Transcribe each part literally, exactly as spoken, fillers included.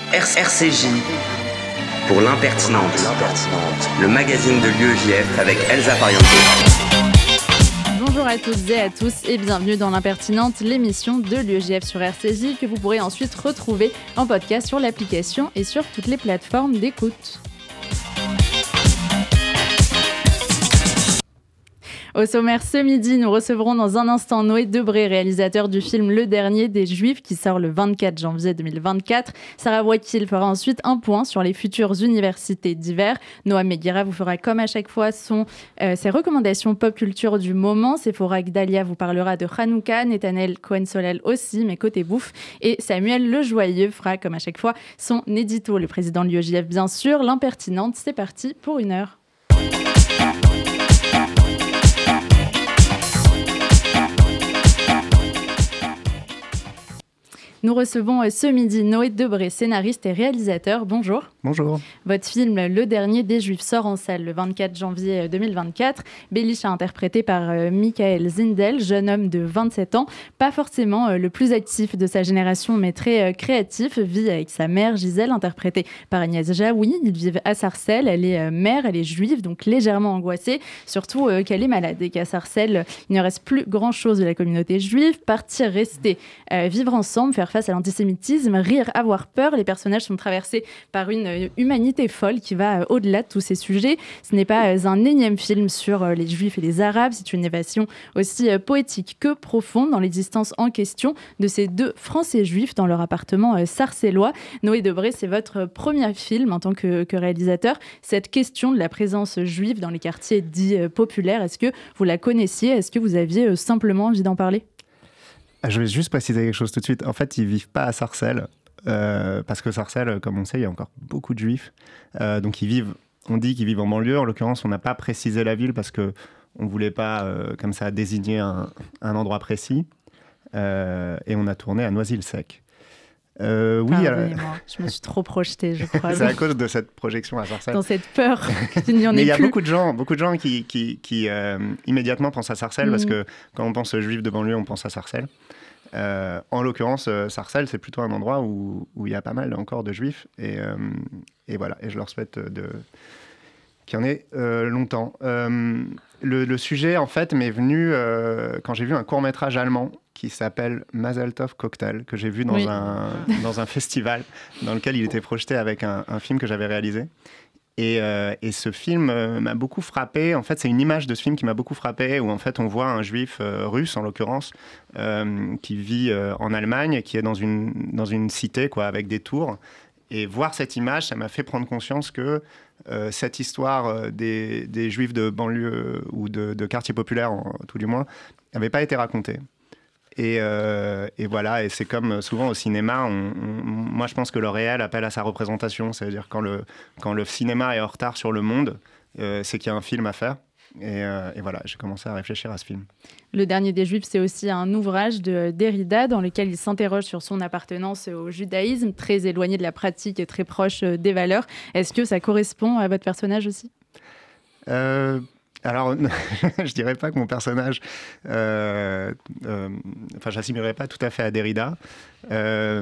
R C J pour l'impertinente, le magazine de l'U E J F avec Elsa Parianto. Bonjour à toutes et à tous et bienvenue dans l'impertinente, l'émission de l'U E J F sur R C J que vous pourrez ensuite retrouver en podcast sur l'application et sur toutes les plateformes d'écoute. Au sommaire ce midi, nous recevrons dans un instant Noé Debré, réalisateur du film Le Dernier des Juifs qui sort le vingt-quatre janvier deux mille vingt-quatre. Sarah Wakil fera ensuite un point sur les futures universités d'hiver. Noam Meguira vous fera comme à chaque fois son, euh, ses recommandations pop culture du moment. Sephora Gdalia vous parlera de Hanouka, Netanel Cohen-Solel aussi, mais côté bouffe. Et Samuel Lejoyeux fera comme à chaque fois son édito. Le président de l'U E J F bien sûr, l'impertinente, c'est parti pour une heure. Nous recevons ce midi Noé Debré, scénariste et réalisateur. Bonjour. Bonjour. Votre film Le Dernier des Juifs sort en salle le vingt-quatre janvier deux mille vingt-quatre. Belisha, interprété par euh, Michael Zindel, jeune homme de vingt-sept ans, pas forcément euh, le plus actif de sa génération, mais très euh, créatif, vit avec sa mère Gisèle, interprétée par Agnès Jaoui. Ils vivent à Sarcelles. Elle est euh, mère, elle est juive, donc légèrement angoissée, surtout euh, qu'elle est malade et qu'à Sarcelles, il ne reste plus grand-chose de la communauté juive. Partir, rester, euh, vivre ensemble, faire face à l'antisémitisme, rire, avoir peur. Les personnages sont traversés par une humanité folle qui va au-delà de tous ces sujets. Ce n'est pas un énième film sur les Juifs et les Arabes, c'est une évasion aussi poétique que profonde dans l'existence en question de ces deux Français juifs dans leur appartement sarcellois. Noé Debré, c'est votre premier film en tant que, que réalisateur. Cette question de la présence juive dans les quartiers dits populaires, est-ce que vous la connaissiez? Est-ce que vous aviez simplement envie d'en parler? Je vais juste préciser quelque chose tout de suite. En fait, ils ne vivent pas à Sarcelles, euh, parce que Sarcelles, comme on sait, il y a encore beaucoup de juifs. Euh, donc, ils vivent, on dit qu'ils vivent en banlieue. En l'occurrence, on n'a pas précisé la ville parce qu'on ne voulait pas, euh, comme ça, désigner un, un endroit précis. Euh, et on a tourné à Noisy-le-Sec. Euh, oui, Pardonnez-moi, alors... je me suis trop projetée, je crois. C'est à cause de cette projection à Sarcelles. Dans cette peur qu'il n'y en ait plus. Mais il y a beaucoup de gens, beaucoup de gens qui, qui, qui euh, immédiatement pensent à Sarcelles, mmh. parce que quand on pense juifs de banlieue, on pense à Sarcelles. Euh, en l'occurrence, euh, Sarcelles, c'est plutôt un endroit où, où il y a pas mal encore de juifs. Et, euh, et voilà, et je leur souhaite de... qu'il y en ait euh, longtemps. Euh, le, le sujet, en fait, m'est venu euh, quand j'ai vu un court-métrage allemand qui s'appelle Mazel Tov Cocktail, que j'ai vu dans, oui. un, dans un festival dans lequel il était projeté avec un, un film que j'avais réalisé. Et, euh, et ce film euh, m'a beaucoup frappé. En fait, c'est une image de ce film qui m'a beaucoup frappé, où en fait, on voit un juif euh, russe, en l'occurrence, euh, qui vit euh, en Allemagne, qui est dans une, dans une cité, quoi, avec des tours. Et voir cette image, ça m'a fait prendre conscience que euh, cette histoire euh, des, des juifs de banlieue ou de, de quartier populaire, en, tout du moins, n'avait pas été racontée. Et, euh, et voilà, et c'est comme souvent au cinéma, on, on, moi je pense que le réel appelle à sa représentation, c'est-à-dire quand le, quand le cinéma est en retard sur le monde, euh, c'est qu'il y a un film à faire. Et, euh, et voilà, j'ai commencé à réfléchir à ce film. Le Dernier des Juifs, c'est aussi un ouvrage de Derrida dans lequel il s'interroge sur son appartenance au judaïsme, très éloigné de la pratique et très proche des valeurs. Est-ce que ça correspond à votre personnage aussi ? euh... Alors, je dirais pas que mon personnage, euh, euh, enfin, j'assimilerais pas tout à fait à Derrida. Euh,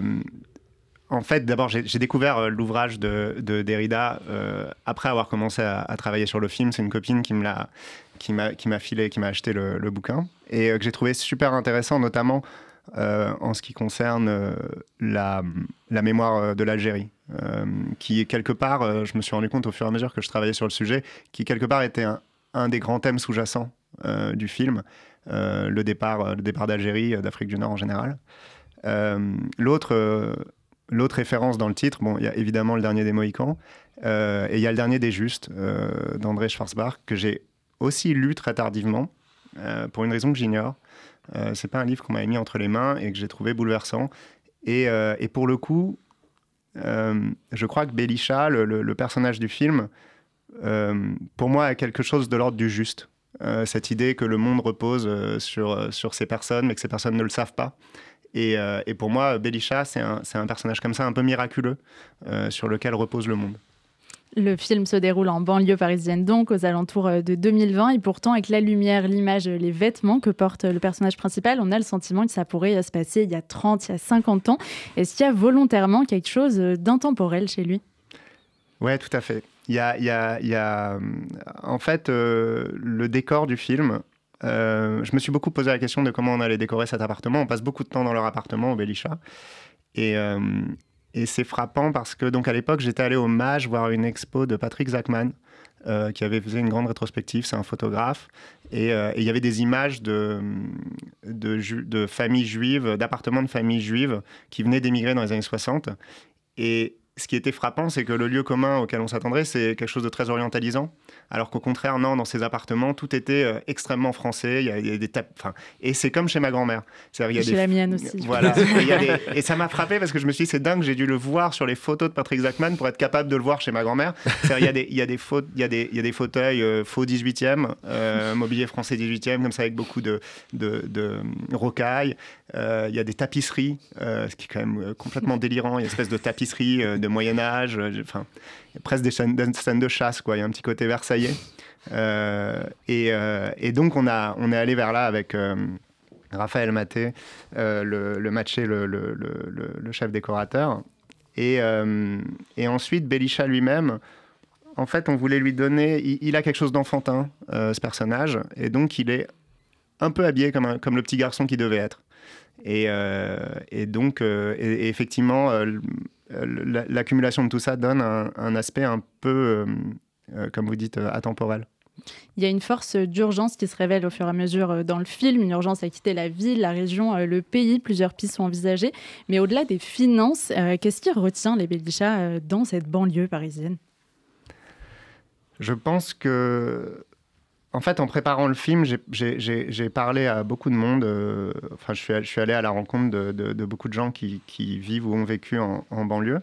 en fait, d'abord, j'ai, j'ai découvert l'ouvrage de, de Derrida euh, après avoir commencé à, à travailler sur le film. C'est une copine qui me l'a, qui m'a, qui m'a filé, qui m'a acheté le, le bouquin et euh, que j'ai trouvé super intéressant, notamment euh, en ce qui concerne euh, la, la mémoire de l'Algérie, euh, qui quelque part, euh, je me suis rendu compte au fur et à mesure que je travaillais sur le sujet, qui quelque part était un un des grands thèmes sous-jacents euh, du film, euh, le, départ, le départ d'Algérie, d'Afrique du Nord en général. Euh, l'autre, euh, l'autre référence dans le titre, bon, il y a évidemment Le Dernier des Mohicans, euh, et il y a Le Dernier des Justes, euh, d'André Schwarzbach, que j'ai aussi lu très tardivement, euh, pour une raison que j'ignore. Euh, c'est pas un livre qu'on m'avait mis entre les mains et que j'ai trouvé bouleversant. Et, euh, et pour le coup, euh, je crois que Belisha, le, le, le personnage du film, Euh, pour moi, a quelque chose de l'ordre du juste. Euh, cette idée que le monde repose euh, sur, euh, sur ces personnes, mais que ces personnes ne le savent pas. Et, euh, et pour moi, Belisha, c'est un, c'est un personnage comme ça, un peu miraculeux, euh, sur lequel repose le monde. Le film se déroule en banlieue parisienne, donc aux alentours de deux mille vingt. Et pourtant, avec la lumière, l'image, les vêtements que porte le personnage principal, on a le sentiment que ça pourrait se passer il y a trente, il y a cinquante ans. Est-ce qu'il y a volontairement quelque chose d'intemporel chez lui ? Ouais, tout à fait. Il y a, il y a, il y a en fait, euh, le décor du film. Euh, je me suis beaucoup posé la question de comment on allait décorer cet appartement. On passe beaucoup de temps dans leur appartement au Belisha. Et... Euh, Et c'est frappant parce que, donc à l'époque, j'étais allé au Mage voir une expo de Patrick Zachman, euh, qui avait fait une grande rétrospective, c'est un photographe. Et euh, il y avait des images de, de, ju- de familles juives, d'appartements de familles juives qui venaient d'émigrer dans les années soixante. Et ce qui était frappant, c'est que le lieu commun auquel on s'attendrait, c'est quelque chose de très orientalisant. Alors qu'au contraire, non, dans ces appartements, tout était euh, extrêmement français. Il y a, il y a des tapes, enfin, et c'est comme chez ma grand-mère. C'est-à-dire, il y a chez des, la mienne aussi. Voilà. et, il y a des, et ça m'a frappé parce que je me suis dit, c'est dingue, j'ai dû le voir sur les photos de Patrick Zachman pour être capable de le voir chez ma grand-mère. C'est-à-dire, il y a des, il y a des, fautes, il y a des, il y a des fauteuils euh, faux dix-huitième, euh, mobilier français dix-huitième, comme ça, avec beaucoup de, de, de rocailles. Euh, il y a des tapisseries, euh, ce qui est quand même complètement délirant. Il y a une espèce de tapisserie euh, de Moyen-Âge, euh, enfin, presque des scènes, des scènes de chasse, quoi. Il y a un petit côté versaillais. Euh, et, euh, et donc, on, a, on est allé vers là avec euh, Raphaël Maté, euh, le, le matché, le, le, le, le chef décorateur. Et, euh, et ensuite, Belisha lui-même, en fait, on voulait lui donner... Il, il a quelque chose d'enfantin, euh, ce personnage, et donc il est un peu habillé comme, un, comme le petit garçon qu'il devait être. Et, euh, et donc, euh, et, et effectivement, euh, l'accumulation de tout ça donne un, un aspect un peu, euh, euh, comme vous dites, euh, atemporel. Il y a une force d'urgence qui se révèle au fur et à mesure dans le film, une urgence à quitter la ville, la région, le pays. Plusieurs pistes sont envisagées. Mais au-delà des finances, euh, qu'est-ce qui retient les Belisha dans cette banlieue parisienne ? Je pense que... En fait, en préparant le film, j'ai, j'ai, j'ai, j'ai parlé à beaucoup de monde. Euh, enfin, je suis, je suis allé à la rencontre de, de, de beaucoup de gens qui, qui vivent ou ont vécu en, en banlieue.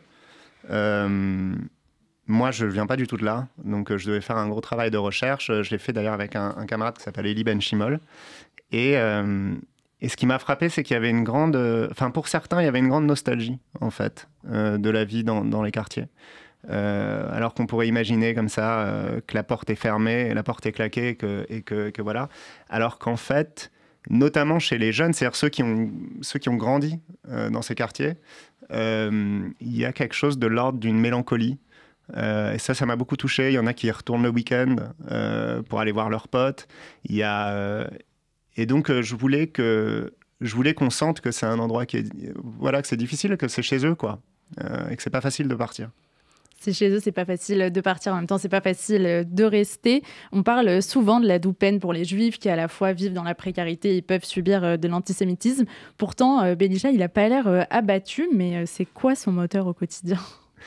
Euh, moi, je ne viens pas du tout de là, donc euh, je devais faire un gros travail de recherche. Je l'ai fait d'ailleurs avec un, un camarade qui s'appelle Elie Benchimol. Et, euh, et ce qui m'a frappé, c'est qu'il y avait une grande... Enfin, pour certains, il y avait une grande nostalgie, en fait, euh, de la vie dans, dans les quartiers. Euh, alors qu'on pourrait imaginer comme ça euh, que la porte est fermée, la porte est claquée et que, et que, que voilà. Alors qu'en fait, notamment chez les jeunes, c'est-à-dire ceux qui ont, ceux qui ont grandi euh, dans ces quartiers, euh, il y a quelque chose de l'ordre d'une mélancolie. Euh, et ça, ça m'a beaucoup touché. Il y en a qui y retournent le week-end euh, pour aller voir leurs potes. Il y a, euh, et donc, euh, je voulais que, je voulais qu'on sente que c'est un endroit qui est, voilà, que c'est difficile, que c'est chez eux, quoi, euh, et que c'est pas facile de partir. C'est chez eux, c'est pas facile de partir. En même temps, c'est pas facile de rester. On parle souvent de la double peine pour les Juifs qui, à la fois, vivent dans la précarité et peuvent subir de l'antisémitisme. Pourtant, Belisha, il a pas l'air abattu, mais c'est quoi son moteur au quotidien ?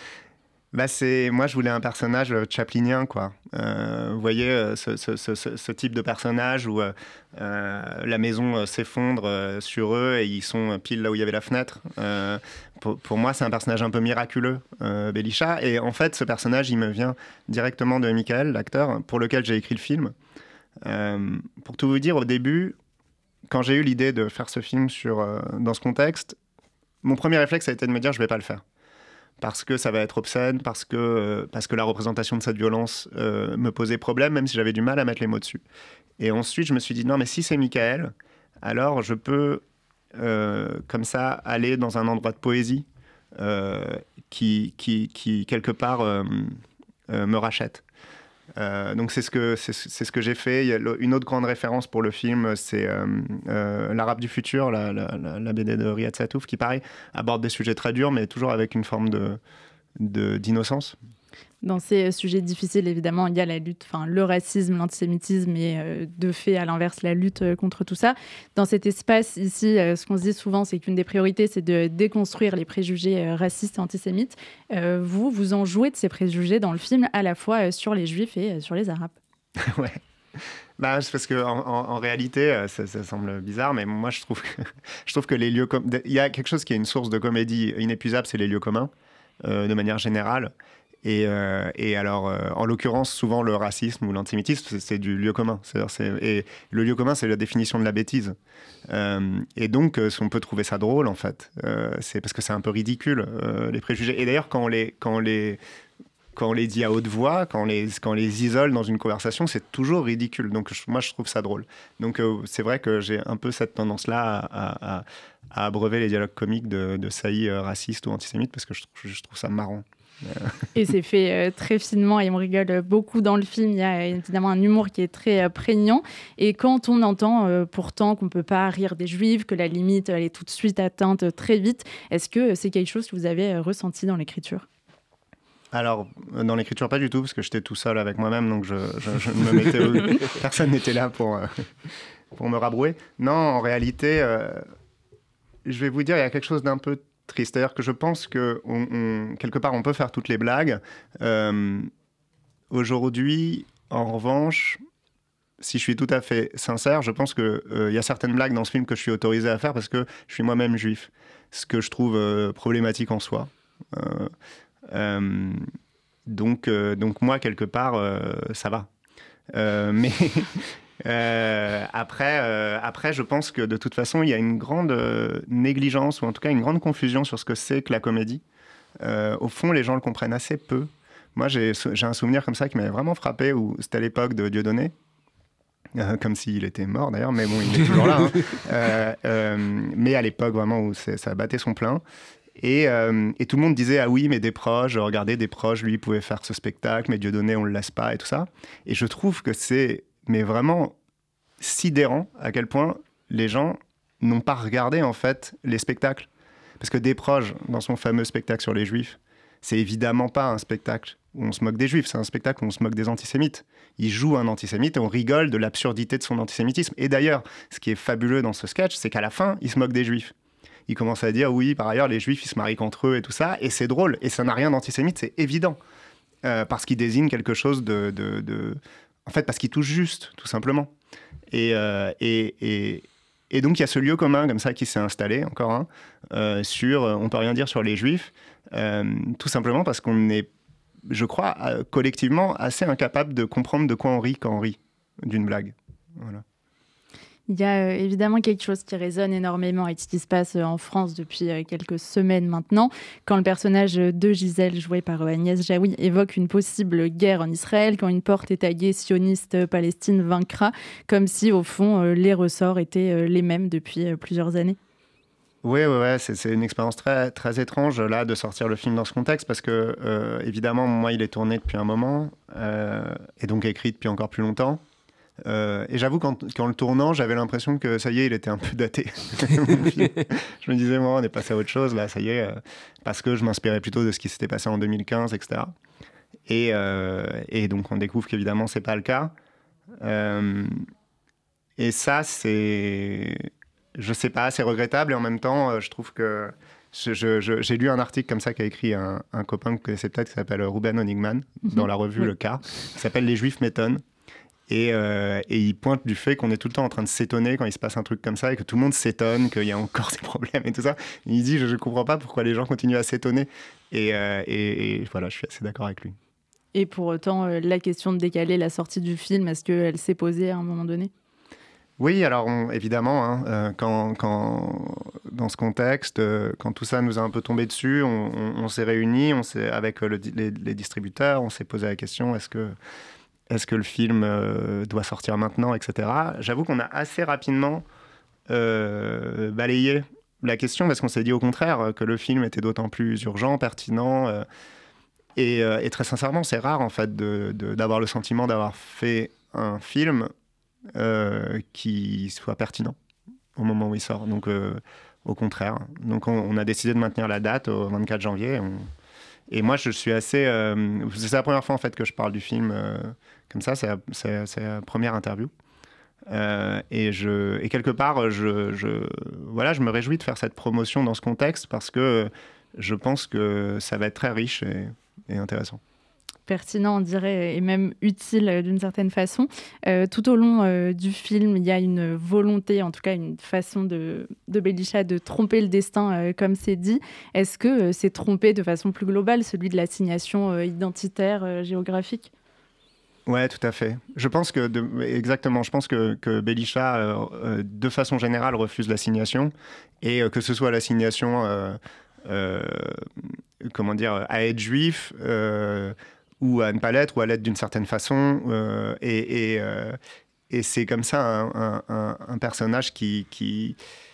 Bah c'est, moi, je voulais un personnage chaplinien, quoi. Euh, vous voyez, ce, ce, ce, ce type de personnage où euh, la maison s'effondre euh, sur eux et ils sont pile là où il y avait la fenêtre. Euh, pour, pour moi, c'est un personnage un peu miraculeux, euh, Belisha. Et en fait, ce personnage, il me vient directement de Michael, l'acteur, pour lequel j'ai écrit le film. Euh, pour tout vous dire, au début, quand j'ai eu l'idée de faire ce film sur, euh, dans ce contexte, mon premier réflexe a été de me dire, je ne vais pas le faire. Parce que ça va être obscène, parce que, euh, parce que la représentation de cette violence euh, me posait problème, même si j'avais du mal à mettre les mots dessus. Et ensuite, je me suis dit, non, mais si c'est Michael, alors je peux, euh, comme ça, aller dans un endroit de poésie euh, qui, qui, qui, quelque part, euh, euh, me rachète. Euh, donc c'est ce que c'est, c'est ce que j'ai fait. Il y a une autre grande référence pour le film, c'est euh, euh, l'Arabe du futur, la, la, la, la B D de Riyad Satouf, qui pareil aborde des sujets très durs, mais toujours avec une forme de, de d'innocence. Dans ces sujets difficiles, évidemment, il y a la lutte, enfin le racisme, l'antisémitisme et euh, de fait, à l'inverse, la lutte euh, contre tout ça. Dans cet espace ici, euh, ce qu'on se dit souvent, c'est qu'une des priorités, c'est de déconstruire les préjugés euh, racistes et antisémites. Euh, vous, vous en jouez de ces préjugés dans le film, à la fois euh, sur les Juifs et euh, sur les Arabes. Ouais. Bah, c'est parce que en, en, en réalité, ça, ça semble bizarre, mais moi, je trouve que, je trouve que les lieux com- il y a quelque chose qui est une source de comédie inépuisable, c'est les lieux communs, euh, de manière générale. Et, euh, et alors, euh, en l'occurrence, souvent le racisme ou l'antisémitisme, c'est, c'est du lieu commun. C'est-à-dire, c'est, et le lieu commun, c'est la définition de la bêtise. Euh, et donc, euh, on peut trouver ça drôle, en fait. Euh, c'est parce que c'est un peu ridicule, euh, les préjugés. Et d'ailleurs, quand on les, quand on les, quand on les dit à haute voix, quand on les, quand on les isole dans une conversation, c'est toujours ridicule. Donc je, moi, je trouve ça drôle. Donc euh, c'est vrai que j'ai un peu cette tendance-là à, à, à abreuver les dialogues comiques de, de saillies euh, racistes ou antisémites parce que je, je trouve ça marrant. Et c'est fait euh, très finement et on rigole beaucoup dans le film. Il y a évidemment un humour qui est très euh, prégnant. Et quand on entend euh, pourtant qu'on ne peut pas rire des Juifs, que la limite elle est tout de suite atteinte euh, très vite, est-ce que c'est quelque chose que vous avez euh, ressenti dans l'écriture ? Alors, dans l'écriture, pas du tout, parce que j'étais tout seul avec moi-même, donc je, je, je me mettais... Personne n'était là pour, euh, pour me rabrouer. Non, en réalité, euh, je vais vous dire, il y a quelque chose d'un peu triste. C'est-à-dire que je pense que, on, on, quelque part, on peut faire toutes les blagues. Euh, aujourd'hui, en revanche, si je suis tout à fait sincère, je pense qu'il euh, y a certaines blagues dans ce film que je suis autorisé à faire parce que je suis moi-même juif, ce que je trouve euh, problématique en soi. Euh, Euh, donc, euh, donc moi, quelque part, euh, ça va. Euh, mais euh, après, euh, après, je pense que de toute façon, il y a une grande euh, négligence, ou en tout cas une grande confusion sur ce que c'est que la comédie. Euh, au fond, les gens le comprennent assez peu. Moi, j'ai, j'ai un souvenir comme ça qui m'avait vraiment frappé, où c'était à l'époque de Dieudonné, euh, comme s'il était mort d'ailleurs, mais bon, il est toujours là. Hein. Euh, euh, mais à l'époque, vraiment, où c'est, ça battait son plein. Et, euh, et tout le monde disait « Ah oui, mais des proches, regardez, des proches, lui, il pouvait faire ce spectacle, mais Dieudonné, on ne le laisse pas, et tout ça. » Et je trouve que c'est mais vraiment sidérant à quel point les gens n'ont pas regardé, en fait, les spectacles. Parce que Desproges, dans son fameux spectacle sur les Juifs, c'est évidemment pas un spectacle où on se moque des Juifs, c'est un spectacle où on se moque des antisémites. Il joue un antisémite et on rigole de l'absurdité de son antisémitisme. Et d'ailleurs, ce qui est fabuleux dans ce sketch, c'est qu'à la fin, il se moque des Juifs. Il commence à dire, oui, par ailleurs, les Juifs, ils se marient contre eux et tout ça. Et c'est drôle. Et ça n'a rien d'antisémite, c'est évident. Euh, parce qu'il désigne quelque chose de, de, de... En fait, parce qu'il touche juste, tout simplement. Et, euh, et, et, et donc, il y a ce lieu commun, comme ça, qui s'est installé, encore un, euh, sur... On peut rien dire sur les Juifs, euh, tout simplement parce qu'on est, je crois, euh, collectivement, assez incapable de comprendre de quoi on rit quand on rit d'une blague. Voilà. Il y a euh, évidemment quelque chose qui résonne énormément avec ce qui se passe euh, en France depuis euh, quelques semaines maintenant, quand le personnage de Gisèle, joué par euh, Agnès Jaoui, évoque une possible guerre en Israël, quand une porte est taguée « sioniste, euh, Palestine vaincra », comme si au fond euh, les ressorts étaient euh, les mêmes depuis euh, plusieurs années. Oui, ouais, ouais, c'est, c'est une expérience très, très étrange là de sortir le film dans ce contexte parce que euh, évidemment moi il est tourné depuis un moment euh, et donc écrit depuis encore plus longtemps. Euh, et j'avoue qu'en, qu'en le tournant, j'avais l'impression que ça y est, il était un peu daté. Je me disais, moi, on est passé à autre chose, là, ça y est, euh, parce que je m'inspirais plutôt de ce qui s'était passé en deux mille quinze, et cetera. Et, euh, et donc, on découvre qu'évidemment, c'est pas le cas. Euh, et ça, c'est, je sais pas, c'est regrettable. Et en même temps, je trouve que je, je, je, j'ai lu un article comme ça qu'a écrit un, un copain que vous connaissez peut-être, qui s'appelle Ruben Honigman, mm-hmm. dans la revue oui. Le Cas, qui s'appelle Les Juifs m'étonnent. Et, euh, et il pointe du fait qu'on est tout le temps en train de s'étonner quand il se passe un truc comme ça et que tout le monde s'étonne, qu'il y a encore des problèmes et tout ça. Et il dit, je ne comprends pas pourquoi les gens continuent à s'étonner. Et, euh, et, et voilà, je suis assez d'accord avec lui. Et pour autant, euh, la question de décaler la sortie du film, est-ce qu'elle s'est posée à un moment donné ? Oui, alors on, évidemment, hein, euh, quand, quand, dans ce contexte, euh, quand tout ça nous a un peu tombé dessus, on, on, on s'est réunis on s'est, avec le, les, les distributeurs, on s'est posé la question, est-ce que... Est-ce que le film euh, doit sortir maintenant, et cetera. J'avoue qu'on a assez rapidement euh, balayé la question parce qu'on s'est dit au contraire que le film était d'autant plus urgent, pertinent. Euh, et, euh, et très sincèrement, c'est rare en fait de, de, d'avoir le sentiment d'avoir fait un film euh, qui soit pertinent au moment où il sort. Donc euh, au contraire. Donc on, on a décidé de maintenir la date au vingt-quatre janvier. On... Et moi, je suis assez... Euh, c'est la première fois, en fait, que je parle du film euh, comme ça. C'est la, c'est, c'est la première interview. Euh, et, je, et quelque part, je, je, voilà, je me réjouis de faire cette promotion dans ce contexte parce que je pense que ça va être très riche et, et intéressant. Pertinent, on dirait, et même utile d'une certaine façon. Euh, tout au long euh, du film, il y a une volonté, en tout cas une façon de, de Belisha de tromper le destin, euh, comme c'est dit. Est-ce que euh, c'est tromper de façon plus globale, celui de l'assignation euh, identitaire, euh, géographique ? Ouais, tout à fait. Je pense que, de, exactement, je pense que, que Belisha, euh, de façon générale, refuse l'assignation, et euh, que ce soit l'assignation, euh, euh, comment dire, à être juif, euh, ou à ne pas l'être, ou à l'être d'une certaine façon. Euh, et, et, euh, et c'est comme ça un, un, un personnage qui, qui,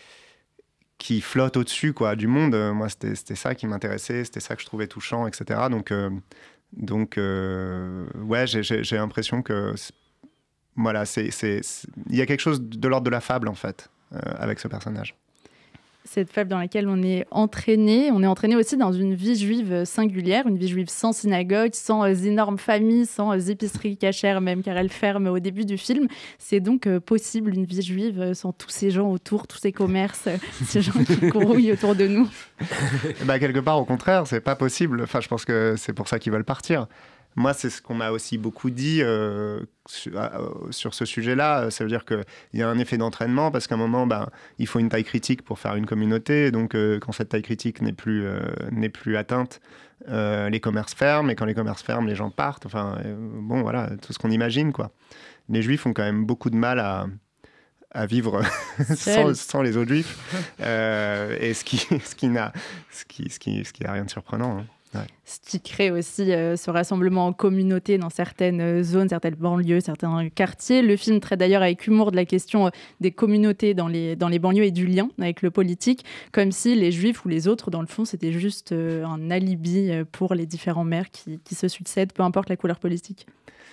qui flotte au-dessus quoi, du monde. Moi, c'était, c'était ça qui m'intéressait, c'était ça que je trouvais touchant, et cetera. Donc, euh, donc euh, ouais, j'ai, j'ai, j'ai l'impression que... C'est, voilà, c'est, c'est, c'est, il y a quelque chose de l'ordre de la fable, en fait, euh, avec ce personnage. Cette fable dans laquelle on est entraîné. On est entraîné aussi dans une vie juive singulière, une vie juive sans synagogue, sans euh, énormes familles, sans euh, épiceries cachères même, car elle ferme au début du film. C'est donc euh, possible une vie juive euh, sans tous ces gens autour, tous ces commerces, euh, ces gens qui grouillent autour de nous. Bah, quelque part, au contraire, c'est pas possible. Enfin, je pense que c'est pour ça qu'ils veulent partir. Moi, c'est ce qu'on m'a aussi beaucoup dit euh, sur, euh, sur ce sujet-là. Ça veut dire qu'il y a un effet d'entraînement parce qu'à un moment, ben, il faut une taille critique pour faire une communauté. Donc, euh, quand cette taille critique n'est plus, euh, n'est plus atteinte, euh, les commerces ferment. Et quand les commerces ferment, les gens partent. Enfin, euh, bon, voilà, tout ce qu'on imagine, quoi. Les Juifs ont quand même beaucoup de mal à, à vivre sans, sans les autres Juifs. Euh, et ce qui, ce qui n'a, ce qui, ce qui, ce qui a rien de surprenant, hein. Ouais. Ce qui crée aussi euh, ce rassemblement en communauté dans certaines zones, certaines banlieues, certains quartiers. Le film traite d'ailleurs avec humour de la question euh, des communautés dans les, dans les banlieues et du lien avec le politique, comme si les Juifs ou les autres, dans le fond, c'était juste euh, un alibi pour les différents maires qui, qui se succèdent, peu importe la couleur politique.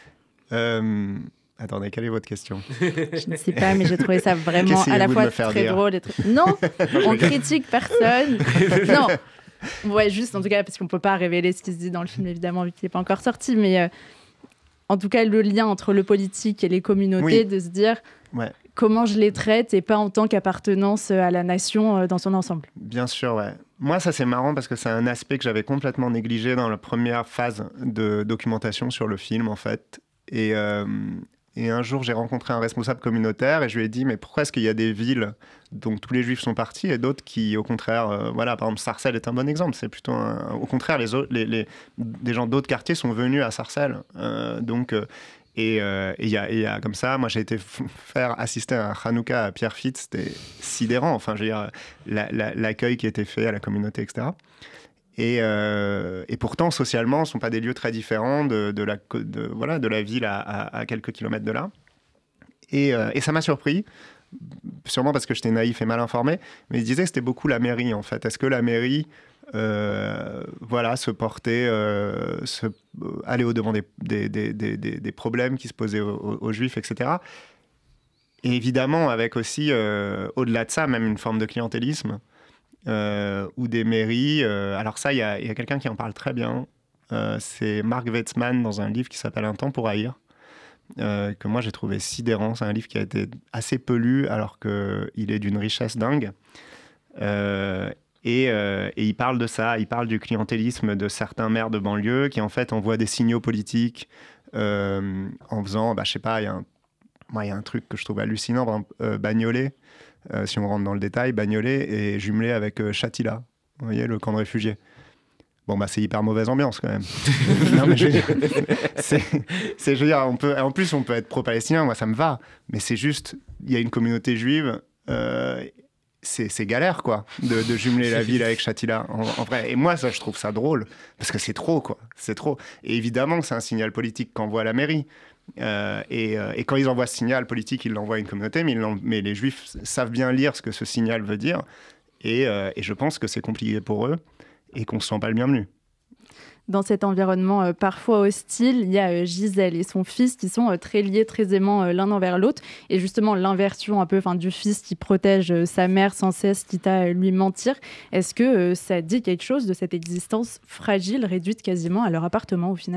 Euh... Attendez, quelle est votre question ? Je ne sais pas, mais j'ai trouvé ça vraiment à la fois très dire drôle et très... Non, on critique personne. Non. Ouais, juste en tout cas, parce qu'on ne peut pas révéler ce qui se dit dans le film, évidemment, vu qu'il n'est pas encore sorti, mais euh, en tout cas, le lien entre le politique et les communautés, oui. De se dire ouais. Comment je les traite et pas en tant qu'appartenance à la nation euh, dans son ensemble. Bien sûr, ouais. Moi, ça, c'est marrant parce que c'est un aspect que j'avais complètement négligé dans la première phase de documentation sur le film, en fait. Et... Euh... Et un jour, j'ai rencontré un responsable communautaire et je lui ai dit, mais pourquoi est-ce qu'il y a des villes dont tous les Juifs sont partis et d'autres qui, au contraire, euh, voilà, par exemple, Sarcelles est un bon exemple. C'est plutôt, un, au contraire, les, autres, les, les, des gens d'autres quartiers sont venus à Sarcelles. Euh, donc, euh, et il euh, y, y a comme ça, moi, j'ai été f- faire assister à un Hanouka à Pierrefitte, c'était sidérant. Enfin, je veux dire, la, la, l'accueil qui était fait à la communauté, et cetera. Et, euh, et pourtant, socialement, ce ne sont pas des lieux très différents de, de, la, de, voilà, de la ville à, à, à quelques kilomètres de là. Et, euh, et ça m'a surpris, sûrement parce que j'étais naïf et mal informé, mais je disais que c'était beaucoup la mairie, en fait. Est-ce que la mairie, euh, voilà, se portait, euh, se, euh, aller au-devant des, des, des, des, des problèmes qui se posaient aux, aux Juifs, et cetera. Et évidemment, avec aussi, euh, au-delà de ça, même une forme de clientélisme. Euh, ou des mairies. Euh, alors ça, il y, y a quelqu'un qui en parle très bien. Euh, c'est Marc Wetzmann dans un livre qui s'appelle « Un temps pour haïr », euh, que moi j'ai trouvé sidérant. C'est un livre qui a été assez peu lu alors qu'il est d'une richesse dingue. Euh, et, euh, et il parle de ça, il parle du clientélisme de certains maires de banlieue qui en fait envoient des signaux politiques euh, en faisant, bah, je sais pas, il y a un, moi, y a un truc que je trouve hallucinant, par exemple, euh, Bagnolet. Euh, si on rentre dans le détail, Bagnolet est jumelé avec euh, Chatila, vous voyez, le camp de réfugiés. Bon, bah, c'est hyper mauvaise ambiance quand même. Non, mais je veux dire, c'est, c'est, je veux dire, on peut, en plus, on peut être pro-palestinien, moi ça me va, mais c'est juste, il y a une communauté juive, euh, c'est, c'est galère, quoi, de, de jumeler la ville avec Chatila, en, en vrai. Et moi, ça, je trouve ça drôle, parce que c'est trop, quoi, c'est trop. Et évidemment que c'est un signal politique qu'envoie la mairie. Euh, et, euh, et quand ils envoient ce signal politique, ils l'envoient à une communauté, mais, mais les Juifs savent bien lire ce que ce signal veut dire. Et, euh, et je pense que c'est compliqué pour eux et qu'on ne se sent pas le bienvenu. Dans cet environnement euh, parfois hostile, il y a euh, Gisèle et son fils qui sont euh, très liés, très aimants euh, l'un envers l'autre. Et justement, l'inversion un peu du fils qui protège euh, sa mère sans cesse, quitte à euh, lui mentir. Est-ce que euh, ça dit quelque chose de cette existence fragile, réduite quasiment à leur appartement au final ?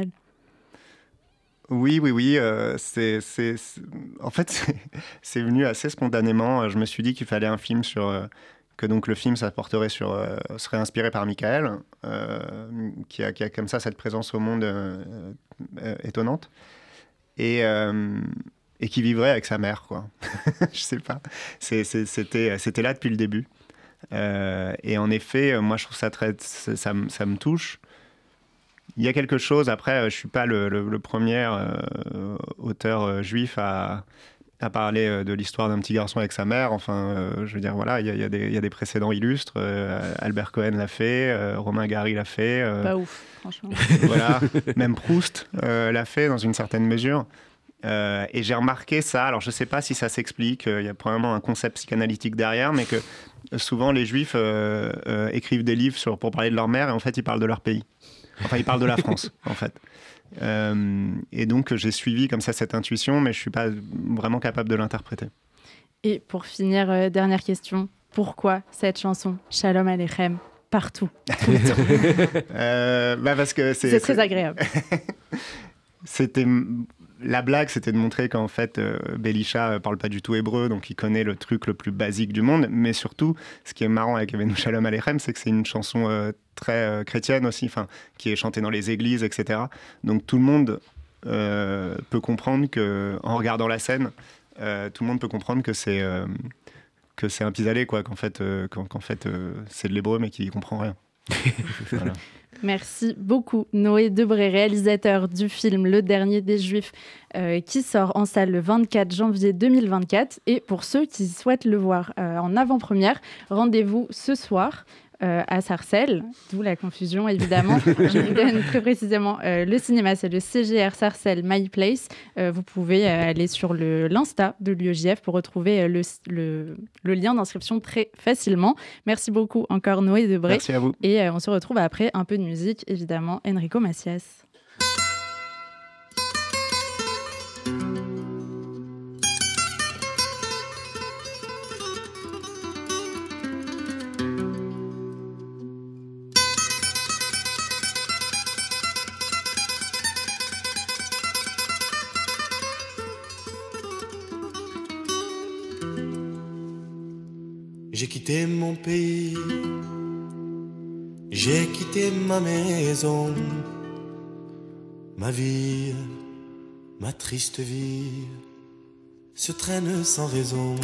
Oui, oui, oui. Euh, c'est, c'est, c'est... En fait, c'est... c'est venu assez spontanément. Je me suis dit qu'il fallait un film sur... Euh, que donc le film, ça porterait sur... Euh, serait inspiré par Michael, euh, qui, a, qui a comme ça cette présence au monde euh, euh, étonnante. Et, euh, et qui vivrait avec sa mère, quoi. Je sais pas. C'est, c'est, c'était, c'était là depuis le début. Euh, et en effet, moi, je trouve ça très... Ça, ça, ça me touche. Il y a quelque chose, après, je ne suis pas le, le, le premier euh, auteur euh, juif à, à parler euh, de l'histoire d'un petit garçon avec sa mère. Enfin, euh, je veux dire, voilà, il y, y, y a des précédents illustres. Euh, Albert Cohen l'a fait, euh, Romain Gary l'a fait. Euh, Pas ouf, franchement. Voilà, même Proust euh, l'a fait dans une certaine mesure. Euh, et j'ai remarqué ça, alors je ne sais pas si ça s'explique, il euh, y a probablement un concept psychanalytique derrière, mais que euh, souvent les Juifs euh, euh, écrivent des livres sur, pour parler de leur mère, et en fait ils parlent de leur pays. Enfin, ils parlent de la France, en fait. Euh, et donc j'ai suivi comme ça cette intuition, mais je ne suis pas vraiment capable de l'interpréter. Et pour finir, euh, dernière question, pourquoi cette chanson « Shalom Aleichem » partout, tout le temps euh, bah parce que c'est, c'est très c'est... agréable. C'était... La blague, c'était de montrer qu'en fait, euh, Belisha ne parle pas du tout hébreu, donc il connaît le truc le plus basique du monde. Mais surtout, ce qui est marrant avec Avenu Shalom Aleichem, c'est que c'est une chanson euh, très euh, chrétienne aussi, qui est chantée dans les églises, et cetera. Donc tout le monde euh, peut comprendre qu'en regardant la scène, euh, tout le monde peut comprendre que c'est, euh, que c'est un pis-aller, quoi, qu'en fait, euh, qu'en, qu'en fait euh, c'est de l'hébreu, mais qu'il ne comprend rien. Voilà. Merci beaucoup Noé Debré, réalisateur du film Le Dernier des Juifs, euh, qui sort en salle le vingt-quatre janvier deux mille vingt-quatre. Et pour ceux qui souhaitent le voir euh, en avant-première, rendez-vous ce soir euh, à Sarcelles, d'où la confusion évidemment. Je vous donne très précisément euh, le cinéma, c'est le C G R Sarcelles My Place. Euh, vous pouvez euh, aller sur le, l'Insta de l'U E J F pour retrouver euh, le, le, le lien d'inscription très facilement. Merci beaucoup encore Noé Debré. Merci à vous. Et euh, on se retrouve après un peu de musique, évidemment, Enrico Macias. J'ai quitté mon pays, j'ai quitté ma maison, ma vie, ma triste vie se traîne sans raison.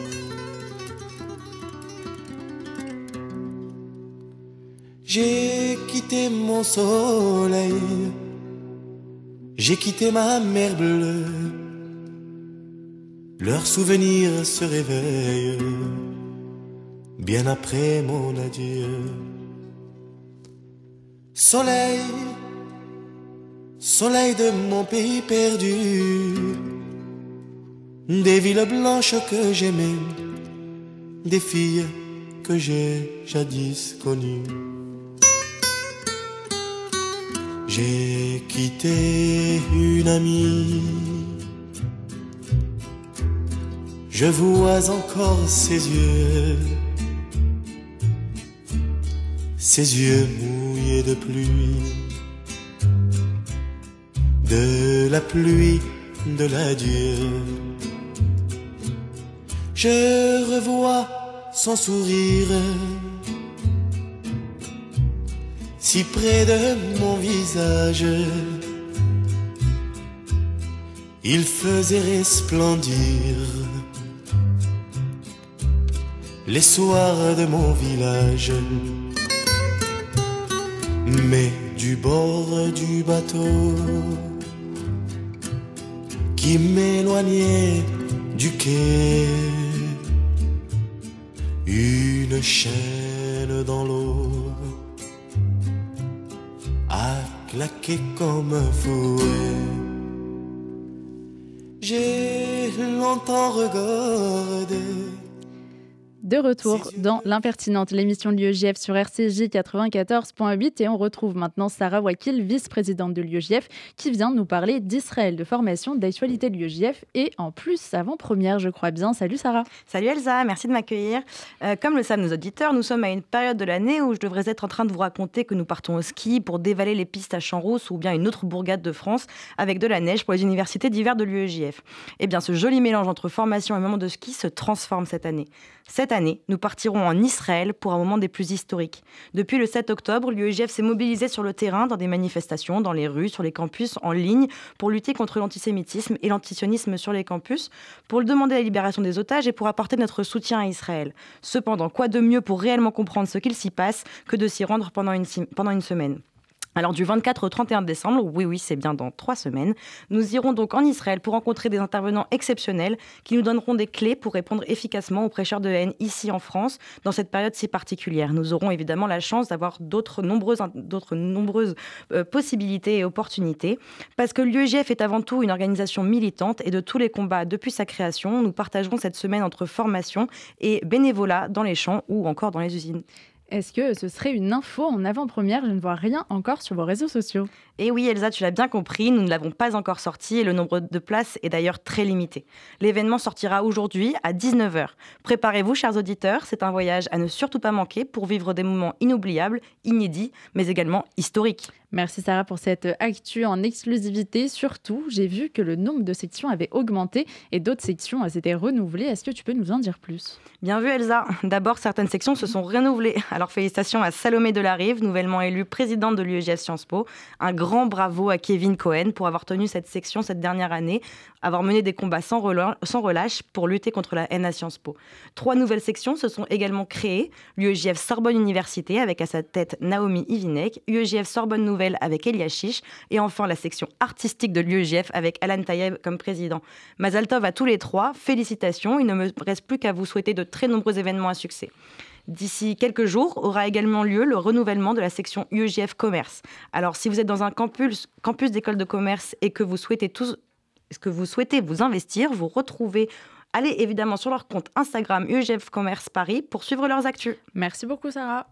J'ai quitté mon soleil, j'ai quitté ma mer bleue, leurs souvenirs se réveillent bien après mon adieu. Soleil, soleil de mon pays perdu, des villes blanches que j'aimais, des filles que j'ai jadis connues. J'ai quitté une amie, je vois encore ses yeux, ses yeux mouillés de pluie, de la pluie de l'adieu. Je revois son sourire, si près de mon visage, il faisait resplendir les soirs de mon village. Mais du bord du bateau qui m'éloignait du quai, une chaîne dans l'eau a claqué comme un fouet. J'ai longtemps regardé. De retour dans l'Impertinente, l'émission de l'U E J F sur R C J quatre-vingt-quatorze virgule huit, et on retrouve maintenant Sarah Wakil, vice-présidente de l'U E J F, qui vient nous parler d'Israël, de formation, d'actualité de l'U E J F et en plus avant-première, je crois bien. Salut Sarah. Salut Elsa, merci de m'accueillir. Euh, comme le savent nos auditeurs, nous sommes à une période de l'année où je devrais être en train de vous raconter que nous partons au ski pour dévaler les pistes à Champs-Rousse ou bien une autre bourgade de France avec de la neige pour les universités d'hiver de l'U E J F. Eh bien, ce joli mélange entre formation et moment de ski se transforme cette année. Cette année, nous partirons en Israël pour un moment des plus historiques. Depuis le sept octobre, l'U E J F s'est mobilisé sur le terrain, dans des manifestations, dans les rues, sur les campus, en ligne, pour lutter contre l'antisémitisme et l'antisionisme sur les campus, pour demander la libération des otages et pour apporter notre soutien à Israël. Cependant, quoi de mieux pour réellement comprendre ce qu'il s'y passe que de s'y rendre pendant une, pendant une semaine ? Alors du vingt-quatre au trente et un décembre, oui oui c'est bien dans trois semaines, nous irons donc en Israël pour rencontrer des intervenants exceptionnels qui nous donneront des clés pour répondre efficacement aux prêcheurs de haine ici en France dans cette période si particulière. Nous aurons évidemment la chance d'avoir d'autres nombreuses, d'autres nombreuses euh, possibilités et opportunités parce que l'U E J F est avant tout une organisation militante et de tous les combats depuis sa création, nous partagerons cette semaine entre formation et bénévolat dans les champs ou encore dans les usines. Est-ce que ce serait une info en avant-première ? Je ne vois rien encore sur vos réseaux sociaux. Et oui Elsa, tu l'as bien compris, nous ne l'avons pas encore sorti et le nombre de places est d'ailleurs très limité. L'événement sortira aujourd'hui à dix-neuf heures. Préparez-vous chers auditeurs, c'est un voyage à ne surtout pas manquer pour vivre des moments inoubliables, inédits, mais également historiques. Merci Sarah pour cette actu en exclusivité. Surtout, j'ai vu que le nombre de sections avait augmenté et d'autres sections s'étaient renouvelées. Est-ce que tu peux nous en dire plus ? Bien vu Elsa. D'abord, certaines sections se sont renouvelées. Alors félicitations à Salomé Delarive, nouvellement élue présidente de l'U E J F Sciences Po. Un grand bravo à Kevin Cohen pour avoir tenu cette section cette dernière année, avoir mené des combats sans relâche pour lutter contre la haine à Sciences Po. Trois nouvelles sections se sont également créées. L'U E J F Sorbonne Université avec à sa tête Naomi Ivinek, U E J F Sorbonne Nouvelle avec Elia Chiche et enfin la section artistique de l'U E J F avec Alan Tayeb comme président. Mazal Tov à tous les trois, félicitations, il ne me reste plus qu'à vous souhaiter de très nombreux événements à succès. D'ici quelques jours aura également lieu le renouvellement de la section U E J F Commerce. Alors si vous êtes dans un campus, campus d'école de commerce et que vous souhaitez tous, est-ce que vous souhaitez vous investir, vous retrouver, allez évidemment sur leur compte Instagram U E J F Commerce Paris pour suivre leurs actus. Merci beaucoup Sarah.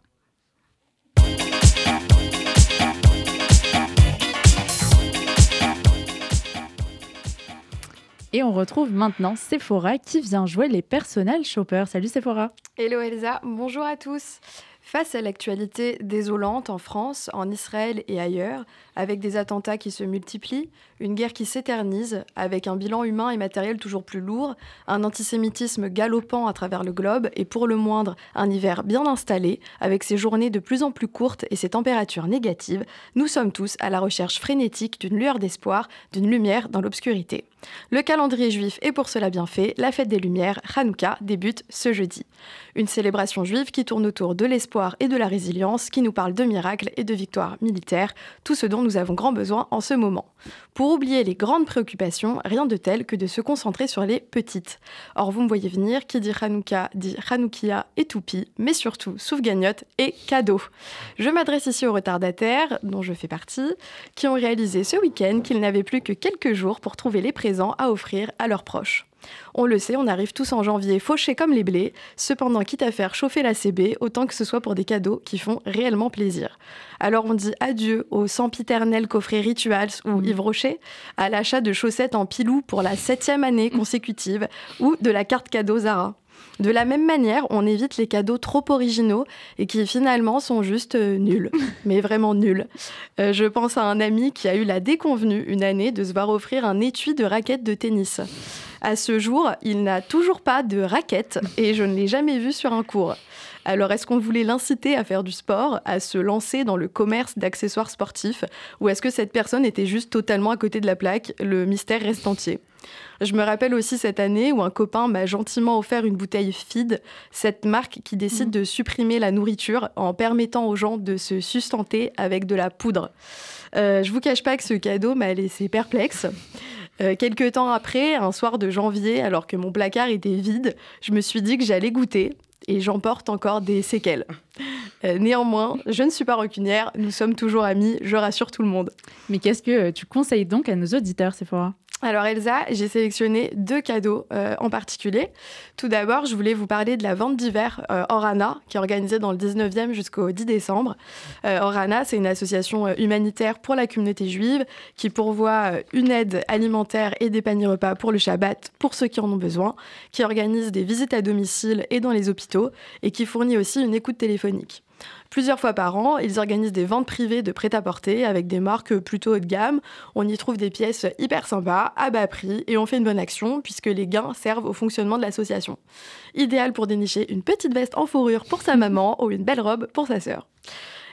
Et on retrouve maintenant Sephora qui vient jouer les personal shoppers. Salut Sephora. Hello Elsa, bonjour à tous. Face à l'actualité désolante en France, en Israël et ailleurs, avec des attentats qui se multiplient, une guerre qui s'éternise, avec un bilan humain et matériel toujours plus lourd, un antisémitisme galopant à travers le globe et pour le moindre, un hiver bien installé, avec ses journées de plus en plus courtes et ses températures négatives, nous sommes tous à la recherche frénétique d'une lueur d'espoir, d'une lumière dans l'obscurité. Le calendrier juif est pour cela bien fait, la fête des Lumières, Hanouka, débute ce jeudi. Une célébration juive qui tourne autour de l'espoir et de la résilience, qui nous parle de miracles et de victoires militaires, tout ce dont nous avons grand besoin en ce moment. Pour oublier les grandes préoccupations, rien de tel que de se concentrer sur les petites. Or, vous me voyez venir, qui dit Hanouka dit Hanoukia et toupie, mais surtout souve-gagnotte et cadeaux. Je m'adresse ici aux retardataires, dont je fais partie, qui ont réalisé ce week-end qu'ils n'avaient plus que quelques jours pour trouver les présents à offrir à leurs proches. On le sait, on arrive tous en janvier fauchés comme les blés, cependant quitte à faire chauffer la C B, autant que ce soit pour des cadeaux qui font réellement plaisir. Alors on dit adieu au sempiternel coffret Rituals ou Yves Rocher, à l'achat de chaussettes en pilou pour la septième année consécutive ou de la carte cadeau Zara. De la même manière, on évite les cadeaux trop originaux et qui finalement sont juste euh, nuls, mais vraiment nuls. Euh, je pense à un ami qui a eu la déconvenue une année de se voir offrir un étui de raquettes de tennis. À ce jour, il n'a toujours pas de raquette et je ne l'ai jamais vu sur un court. Alors, est-ce qu'on voulait l'inciter à faire du sport, à se lancer dans le commerce d'accessoires sportifs, ou est-ce que cette personne était juste totalement à côté de la plaque ? Le mystère reste entier. Je me rappelle aussi cette année où un copain m'a gentiment offert une bouteille Feed, cette marque qui décide de supprimer la nourriture en permettant aux gens de se sustenter avec de la poudre. Euh, je vous cache pas que ce cadeau m'a laissé perplexe. Euh, quelques temps après, un soir de janvier, alors que mon placard était vide, je me suis dit que j'allais goûter. Et j'en porte encore des séquelles. Euh, néanmoins, je ne suis pas rancunière, nous sommes toujours amis, je rassure tout le monde. Mais qu'est-ce que tu conseilles donc à nos auditeurs, Sephora ? Alors Elsa, j'ai sélectionné deux cadeaux euh, en particulier. Tout d'abord, je voulais vous parler de la vente d'hiver euh, Orana, qui est organisée dans le dix-neuvième jusqu'au dix décembre. Euh, Orana, c'est une association euh, humanitaire pour la communauté juive qui pourvoit euh, une aide alimentaire et des paniers repas pour le Shabbat, pour ceux qui en ont besoin, qui organise des visites à domicile et dans les hôpitaux et qui fournit aussi une écoute téléphonique. Plusieurs fois par an, ils organisent des ventes privées de prêt-à-porter avec des marques plutôt haut de gamme. On y trouve des pièces hyper sympas, à bas prix, et on fait une bonne action puisque les gains servent au fonctionnement de l'association. Idéal pour dénicher une petite veste en fourrure pour sa maman ou une belle robe pour sa sœur.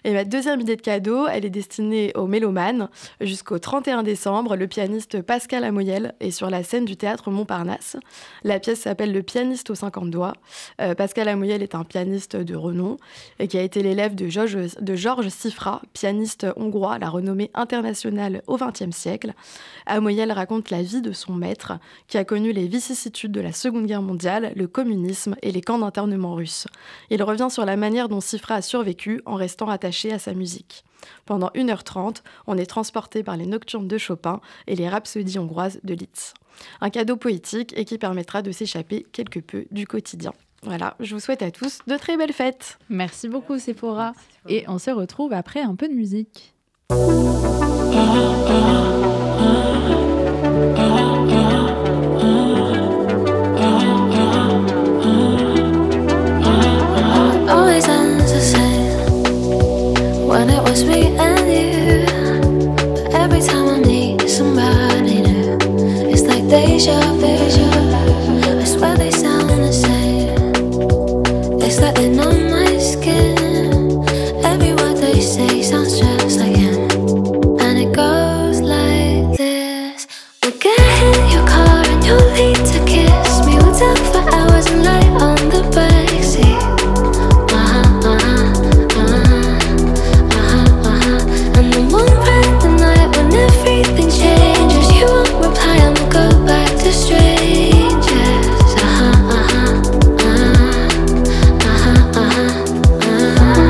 Et ma deuxième idée de cadeau, elle est destinée aux mélomanes. Jusqu'au trente et un décembre, le pianiste Pascal Amoyel est sur la scène du théâtre Montparnasse. La pièce s'appelle Le pianiste aux cinquante doigts. Euh, Pascal Amoyel est un pianiste de renom et qui a été l'élève de Georges de Georges Szifra, pianiste hongrois, la renommée internationale au vingtième siècle. Amoyel raconte la vie de son maître, qui a connu les vicissitudes de la Seconde Guerre mondiale, le communisme et les camps d'internement russes. Il revient sur la manière dont Szifra a survécu en restant attaché à sa musique. Pendant une heure trente, on est transporté par les nocturnes de Chopin et les rhapsodies hongroises de Liszt. Un cadeau poétique et qui permettra de s'échapper quelque peu du quotidien. Voilà, je vous souhaite à tous de très belles fêtes. Merci beaucoup Sephora. Et on se retrouve après un peu de musique. Always ends the same when it was me and you. But every time I need somebody new, it's like deja vu. I swear they sound the same. It's like they know my skin. Every word they say sounds just like him. And it goes like this. We'll get in your car and you'll need to kiss me. We'll talk for hours and lie on the backseat. Uh-huh, uh-huh, uh-huh, uh-huh, uh-huh. And then one random night when everything changes, you won't reply and we'll go back to strangers. Uh-huh, uh-huh, uh-huh, uh-huh, uh-huh.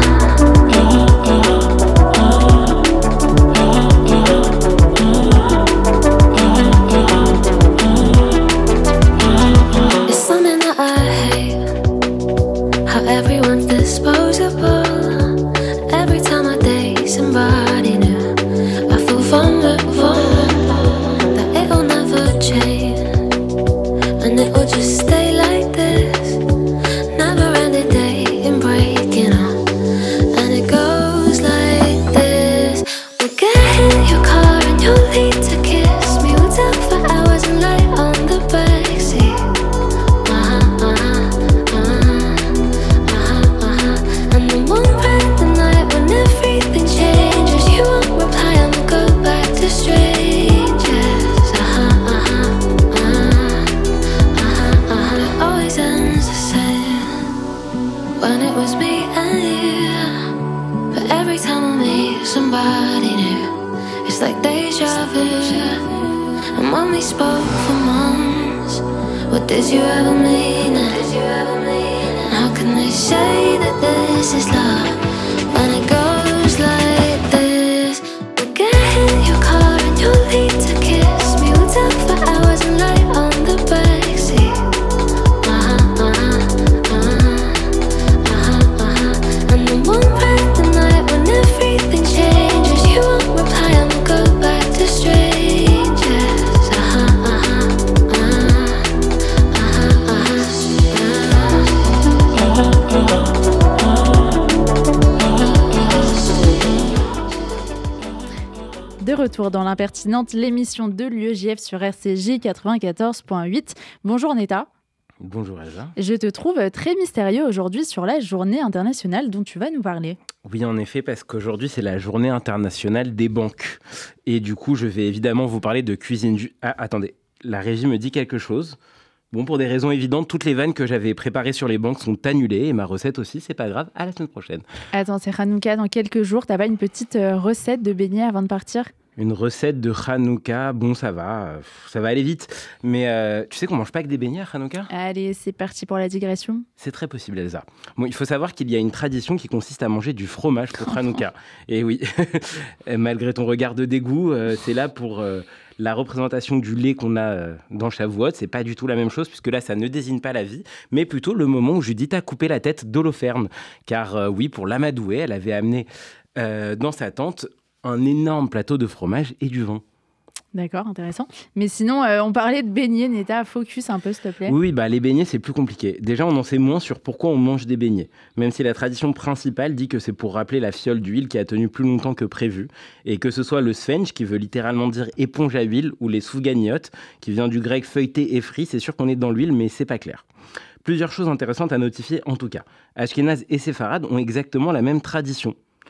It's something that I hate, how everyone's disposable. Every time I date somebody new, I feel vulnerable, that it'll never change, and it will just stay like this. Never ending dating, breaking up, and it goes like this. We'll get in your car and you'll need to kiss me. We'll talk for hours and lie on the backseat. Uh-huh, uh-huh, uh-huh, uh-huh, uh-huh. And then one random night when everything changes, you won't reply and we'll go back to strangers. Uh-huh, uh-huh, uh-huh, uh-huh, uh-huh. It always ends the same when it was me and you. But every time I meet somebody new, it's like deja vu. And when we spoke for months, what did you ever mean it? And how can they say that this is love when it goes like this? We'll get in your car and you'll need to kiss me. We'll talk for hours and lie on the backseat. Uh-huh, uh-huh, uh-huh, uh-huh, uh-huh. And then one random night when everything changes, you won't reply and we'll go back to strangers. Uh-huh, uh-huh, uh-huh, uh-huh, De retour dans l'impertinente, l'émission de l'U E J F sur R C J quatre-vingt-quatorze point huit. Bonjour Neta. Bonjour Elsa. Je te trouve très mystérieux aujourd'hui sur la journée internationale dont tu vas nous parler. Oui, en effet, parce qu'aujourd'hui, c'est la journée internationale des banques. Et du coup, je vais évidemment vous parler de cuisine... Ju- ah, attendez, la régie me dit quelque chose. Bon, pour des raisons évidentes, toutes les vannes que j'avais préparées sur les banques sont annulées. Et ma recette aussi, c'est pas grave, à la semaine prochaine. Attends, c'est Hanouka dans quelques jours. T'as pas une petite euh, recette de beignets avant de partir ? Une recette de Hanouka, bon, ça va, euh, ça va aller vite. Mais euh, tu sais qu'on mange pas que des beignets à Hanouka ? Allez, c'est parti pour la digression. C'est très possible, Elsa. Bon, il faut savoir qu'il y a une tradition qui consiste à manger du fromage pour Hanouka. Et oui, malgré ton regard de dégoût, euh, c'est là pour euh, la représentation du lait qu'on a euh, dans Shavuot. C'est pas du tout la même chose, puisque là, ça ne désigne pas la vie, mais plutôt le moment où Judith a coupé la tête d'Holoferne. Car euh, oui, pour l'amadouer, elle avait amené euh, dans sa tente un énorme plateau de fromage et du vin. D'accord, intéressant. Mais sinon, euh, on parlait de beignets, Neta, focus un peu, s'il te plaît. Oui, bah, les beignets, c'est plus compliqué. Déjà, on en sait moins sur pourquoi on mange des beignets. Même si la tradition principale dit que c'est pour rappeler la fiole d'huile qui a tenu plus longtemps que prévu. Et que ce soit le svench, qui veut littéralement dire éponge à huile, ou les souganiotes, qui vient du grec feuilleté et frit, c'est sûr qu'on est dans l'huile, mais c'est pas clair. Plusieurs choses intéressantes à notifier en tout cas. Ashkénazes et séfarades ont exactement la même tradition.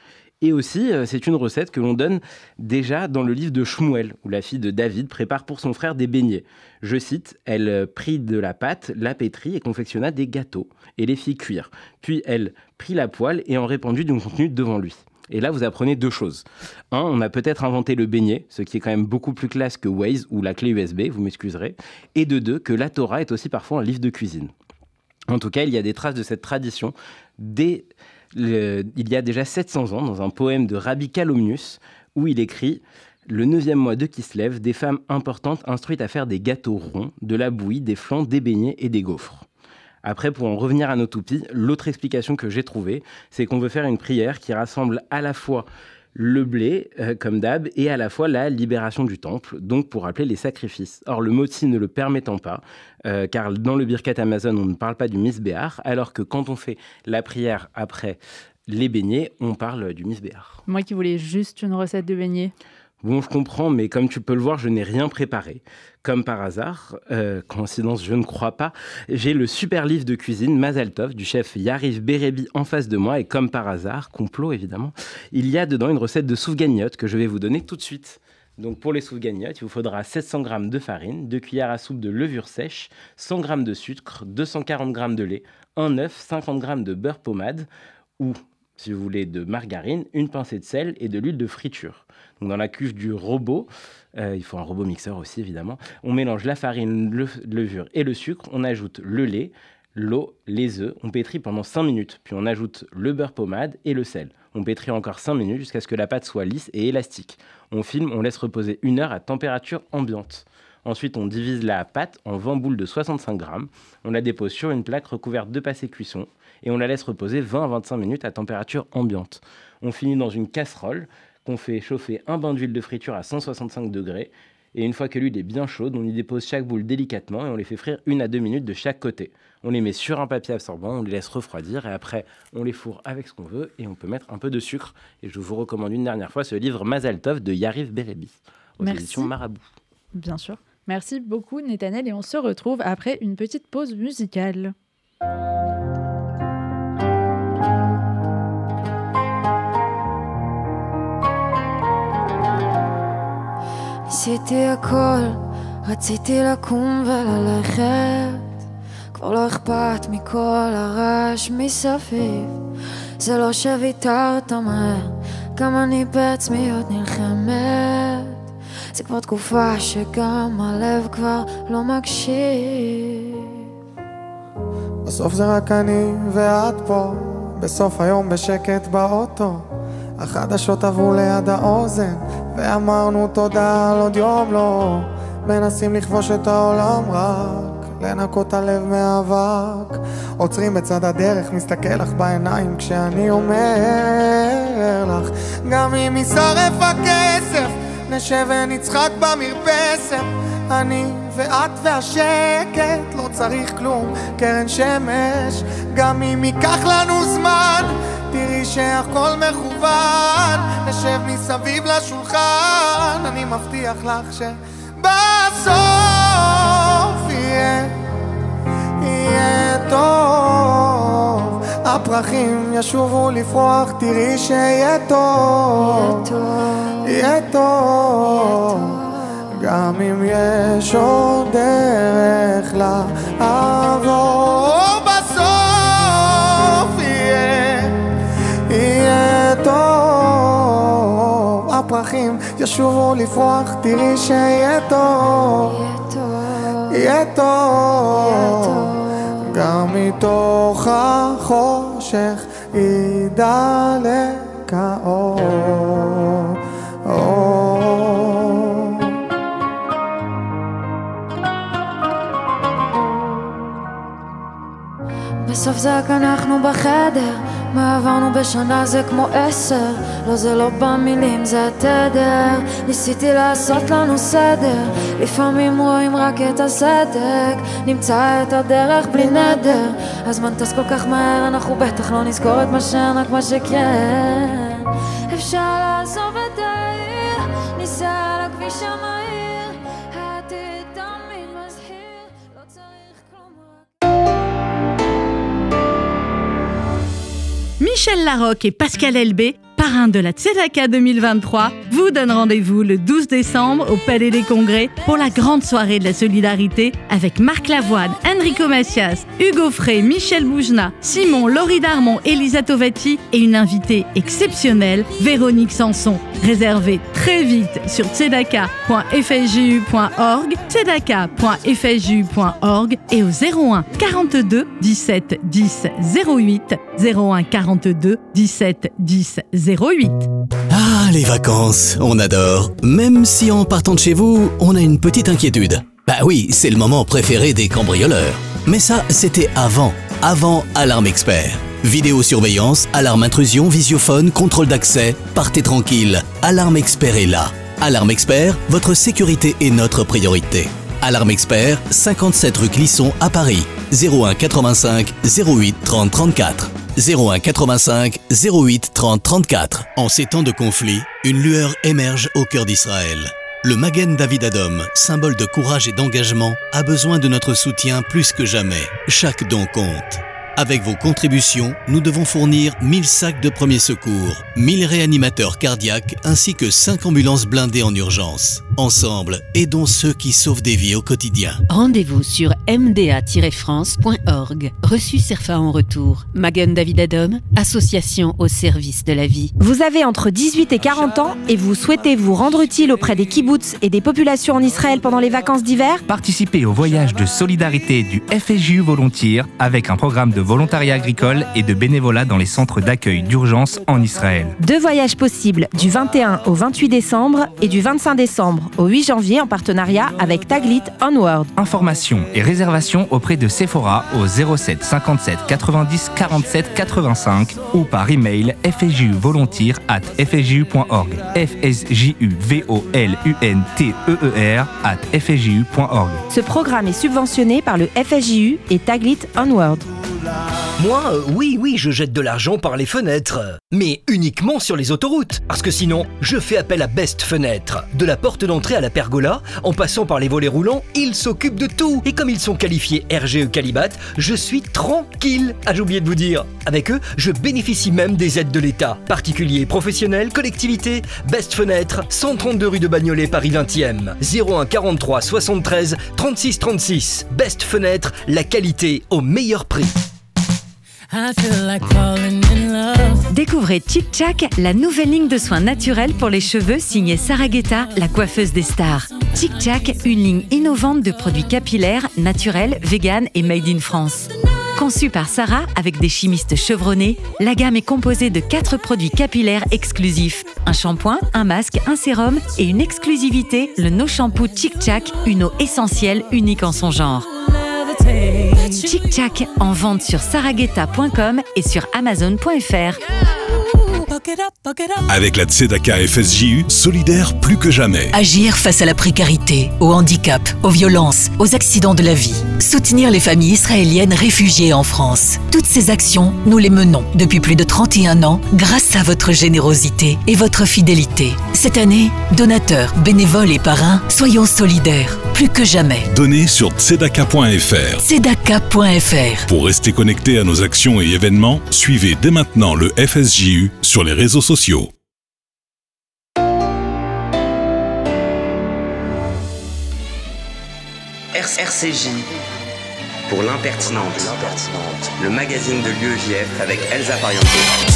Et aussi, euh, c'est une recette que l'on donne déjà dans le livre de Shmuel, où la fille de David prépare pour son frère des beignets. Je cite, « Elle prit de la pâte, la pétrit et confectionna des gâteaux et les fit cuire. Puis elle prit la poêle et en répandit du contenu devant lui. » Et là, vous apprenez deux choses. Un, on a peut-être inventé le beignet, ce qui est quand même beaucoup plus classe que Waze ou la clé U S B, vous m'excuserez. Et de deux, que la Torah est aussi parfois un livre de cuisine. En tout cas, il y a des traces de cette tradition dès le, il y a déjà sept cents ans, dans un poème de Rabbi Kalomnius, où il écrit « Le neuvième mois de Kislev, des femmes importantes instruites à faire des gâteaux ronds, de la bouillie, des flans, des beignets et des gaufres. » Après, pour en revenir à nos toupies, l'autre explication que j'ai trouvée, c'est qu'on veut faire une prière qui rassemble à la fois le blé, euh, comme d'hab, et à la fois la libération du temple, donc pour rappeler les sacrifices. Or, le moti ne le permettant pas, euh, car dans le Birkat Hamazon, on ne parle pas du misbéar, alors que quand on fait la prière après les beignets, on parle du misbéar. Moi qui voulais juste une recette de beignets. Bon, je comprends, mais comme tu peux le voir, je n'ai rien préparé. Comme par hasard, euh, coïncidence, je ne crois pas, j'ai le super livre de cuisine Mazal Tov du chef Yariv Berebi en face de moi. Et comme par hasard, complot évidemment, il y a dedans une recette de soufganiotes que je vais vous donner tout de suite. Donc pour les soufganiotes, il vous faudra sept cents grammes de farine, deux cuillères à soupe de levure sèche, cent grammes de sucre, deux cent quarante grammes de lait, un œuf, cinquante grammes de beurre pommade ou, si vous voulez, de margarine, une pincée de sel et de l'huile de friture. Donc dans la cuve du robot, euh, il faut un robot mixeur aussi évidemment, on mélange la farine, le levure et le sucre, on ajoute le lait, l'eau, les œufs, on pétrit pendant cinq minutes, puis on ajoute le beurre pommade et le sel. On pétrit encore cinq minutes jusqu'à ce que la pâte soit lisse et élastique. On filme, on laisse reposer une heure à température ambiante. Ensuite, on divise la pâte en vingt boules de soixante-cinq grammes. On la dépose sur une plaque recouverte de pâté cuisson et on la laisse reposer vingt à vingt-cinq minutes à température ambiante. On finit dans une casserole qu'on fait chauffer un bain d'huile de friture à cent soixante-cinq degrés. Et une fois que l'huile est bien chaude, on y dépose chaque boule délicatement et on les fait frire une à deux minutes de chaque côté. On les met sur un papier absorbant, on les laisse refroidir et après, on les fourre avec ce qu'on veut et on peut mettre un peu de sucre. Et je vous recommande une dernière fois ce livre Mazal Tov de Yariv Berebi aux Merci. éditions Marabout. Bien sûr. Merci beaucoup, Netanel, et on se retrouve après une petite pause musicale. ניסיתי הכל, רציתי לקום וללכת, כבר לא אכפת מכל הרעש מסביב, זה לא שוויתרת מהר, גם אני בעצמי עוד נלחמת, זה כבר תקופה שגם הלב כבר לא מקשיב. בסוף זה רק אני ואת פה, בסוף היום בשקט באוטו, החדשות עברו ליד האוזן ואמרנו תודה על עוד יום לא, מנסים לכבוש את העולם רק לנקות הלב מאבק, עוצרים בצד הדרך, מסתכל לך בעיניים כשאני אומר לך, גם אם יישרף הכסף נשב ונצחק במרפסת, אני ואת והשקט, לא צריך כלום, קרן שמש, גם אם ייקח לנו זמן תראי שהכל מכוון, נשב מסביב לשולחן, אני מבטיח לך שבסוף יהיה, יהיה טוב, הפרחים ישובו לפרוח, תראי שיהיה טוב, יהיה טוב, גם אם יש עוד דרך לעבור, בסוף יהיה, יהיה טוב, הפרחים ישובו לפרוח, תראי שיהיה טוב, יהיה טוב, גם מתוך החושך ידלק האור. בסוף זה רק אנחנו בחדר, מה עברנו בשנה זה כמו עשר, לא זה לא במילים זה התדר, ניסיתי לעשות לנו סדר, לפעמים רואים רק את הסדק, נמצא את הדרך בלי נדר, הזמן טס כל כך מהר, אנחנו בטח לא נזכור את מה שאין רק מה שכן, אפשר לעזוב את העיר, ניסע על הכביש המהיר, העתיד תמיד מזהיר, לא צריך כלום. Michel Larocque et Pascal Elbé parrain de la Tzedaka deux mille vingt-trois, vous donne rendez-vous le douze décembre au Palais des Congrès pour la grande soirée de la solidarité avec Marc Lavoine, Enrico Macias, Hugo Frey, Michel Boujna, Simon, Laurie Darmon, Elisa Tovati et une invitée exceptionnelle, Véronique Sanson. Réservez très vite sur tzedaka point f s j u point org, tzedaka point f s j u point org et au zéro un quarante-deux dix-sept dix zéro huit, zéro un quarante-deux dix-sept dix zéro huit. Ah, les vacances, on adore. Même si en partant de chez vous, on a une petite inquiétude. Bah oui, c'est le moment préféré des cambrioleurs. Mais ça, c'était avant, avant Alarme Expert. Vidéosurveillance, alarme intrusion, visiophone, contrôle d'accès, partez tranquille. Alarme Expert est là. Alarme Expert, votre sécurité est notre priorité. Alarme Expert, cinquante-sept rue Clisson à Paris. zéro un quatre-vingt-cinq zéro huit trente trente-quatre. zéro un quatre-vingt-cinq zéro huit trente trente-quatre. En ces temps de conflit, une lueur émerge au cœur d'Israël. Le Magen David Adom, symbole de courage et d'engagement, a besoin de notre soutien plus que jamais. Chaque don compte. Avec vos contributions, nous devons fournir mille sacs de premiers secours, mille réanimateurs cardiaques ainsi que cinq ambulances blindées en urgence. Ensemble, aidons ceux qui sauvent des vies au quotidien. Rendez-vous sur m d a tiret france point org. Reçu Cerfa en retour. Magen David Adom, association au service de la vie. Vous avez entre dix-huit et quarante ans et vous souhaitez vous rendre utile auprès des kibboutz et des populations en Israël pendant les vacances d'hiver ? Participez au voyage de solidarité du F S J U Volontiers avec un programme de volontariat agricole et de bénévolat dans les centres d'accueil d'urgence en Israël. Deux voyages possibles du vingt et un au vingt-huit décembre et du vingt-cinq décembre au huit janvier en partenariat avec Taglit Onward. Informations et réservations auprès de Sephora au zéro sept cinquante-sept quatre-vingt-dix quarante-sept quatre-vingt-cinq ou par email f s j u volontiers arobase f s j u point org. F S J U V O L U N T E E R arobase f s j u point org. Ce programme est subventionné par le F S J U et Taglit Onward. Moi, euh, oui, oui, je jette de l'argent par les fenêtres. Mais uniquement sur les autoroutes. Parce que sinon, je fais appel à Best Fenêtre. De la porte d'entrée à la pergola, en passant par les volets roulants, ils s'occupent de tout. Et comme ils sont qualifiés R G E Qualibat, je suis tranquille. Ah, j'ai oublié de vous dire. Avec eux, je bénéficie même des aides de l'État. Particuliers, professionnels, collectivités. Best Fenêtre, cent trente-deux rue de Bagnolet, Paris vingtième. zéro un quarante-trois soixante-treize trente-six trente-six. Best Fenêtre, la qualité au meilleur prix. Découvrez Chic Chac, la nouvelle ligne de soins naturels pour les cheveux signée Sarah Guetta, la coiffeuse des stars. Chic Chac, une ligne innovante de produits capillaires, naturels, vegan et made in France. Conçue par Sarah avec des chimistes chevronnés, la gamme est composée de quatre produits capillaires exclusifs. Un shampoing, un masque, un sérum et une exclusivité, le No Shampoo Chic Chac, une eau essentielle unique en son genre. Chic Chac, en vente sur saraguetta point com et sur amazon point f r. Avec la Tzedaka F S J U, solidaire plus que jamais. Agir face à la précarité, au handicap, aux violences, aux accidents de la vie. Soutenir les familles israéliennes réfugiées en France. Toutes ces actions, nous les menons depuis plus de trente et un ans grâce à votre générosité et votre fidélité. Cette année, donateurs, bénévoles et parrains, soyons solidaires plus que jamais. Donnez sur tzedaka point f r. tzedaka point f r. Pour rester connecté à nos actions et événements, suivez dès maintenant le F S J U sur les réseaux sociaux. R C J pour l'impertinente, le magazine de l'U E J F avec Elsa Pariente.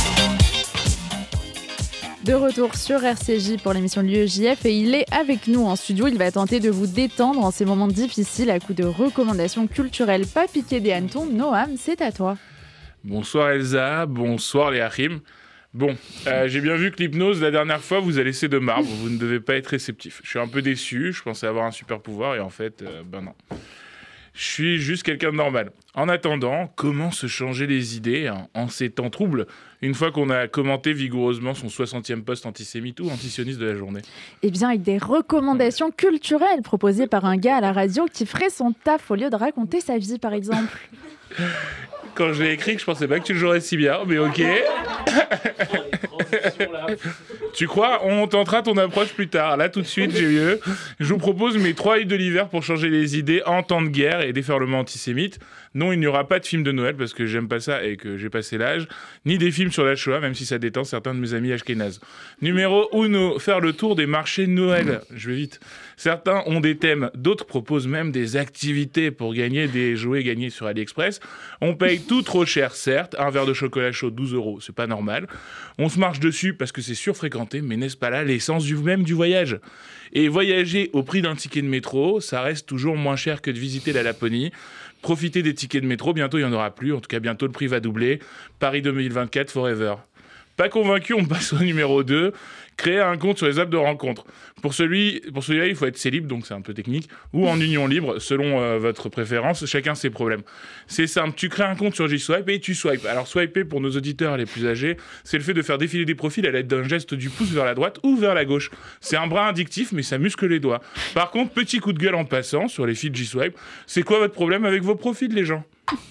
De retour sur R C J pour l'émission de l'U E J F et il est avec nous en studio. Il va tenter de vous détendre en ces moments difficiles à coup de recommandations culturelles pas piquées des hannetons. Noam, c'est à toi. Bonsoir Elsa, bonsoir les Achim. Bon, euh, j'ai bien vu que l'hypnose, la dernière fois, vous a laissé de marbre. Vous ne devez pas être réceptif. Je suis un peu déçu, je pensais avoir un super pouvoir et en fait, euh, ben non. Je suis juste quelqu'un de normal. En attendant, comment se changer les idées hein, en ces temps troubles, une fois qu'on a commenté vigoureusement son soixantième post antisémite ou antisioniste de la journée? Eh bien, avec des recommandations culturelles proposées par un gars à la radio qui ferait son taf au lieu de raconter sa vie, par exemple. Quand je l'ai écrit, je pensais pas que tu le jouerais si bien, mais ok. Tu crois? On tentera ton approche plus tard. Là, tout de suite, j'ai mieux. Je vous propose mes trois livres de l'hiver pour changer les idées en temps de guerre et déferlement antisémite. Non, il n'y aura pas de film de Noël parce que j'aime pas ça et que j'ai passé l'âge, ni des films sur la Shoah, même si ça détend certains de mes amis ashkénazes. Numéro uno, faire le tour des marchés de Noël. Je vais vite. Certains ont des thèmes, d'autres proposent même des activités pour gagner des jouets gagnés sur AliExpress. On paye tout trop cher, certes. Un verre de chocolat chaud, douze euros, c'est pas normal. On se marche dessus parce que c'est surfréquenté, mais n'est-ce pas là l'essence du même du voyage? Et voyager au prix d'un ticket de métro, ça reste toujours moins cher que de visiter la Laponie. Profitez des tickets de métro, bientôt il n'y en aura plus, en tout cas bientôt le prix va doubler. Paris deux mille vingt-quatre, forever. Pas convaincu, on passe au numéro deux. Créer un compte sur les apps de rencontre. Pour, celui, pour celui-là, il faut être célib, donc c'est un peu technique, ou en union libre, selon euh, votre préférence, chacun ses problèmes. C'est simple, tu crées un compte sur G-Swipe et tu swipes. Alors swiper, pour nos auditeurs les plus âgés, c'est le fait de faire défiler des profils à l'aide d'un geste du pouce vers la droite ou vers la gauche. C'est un bras addictif, mais ça muscle les doigts. Par contre, petit coup de gueule en passant sur les fils G-Swipe, c'est quoi votre problème avec vos profils, les gens ?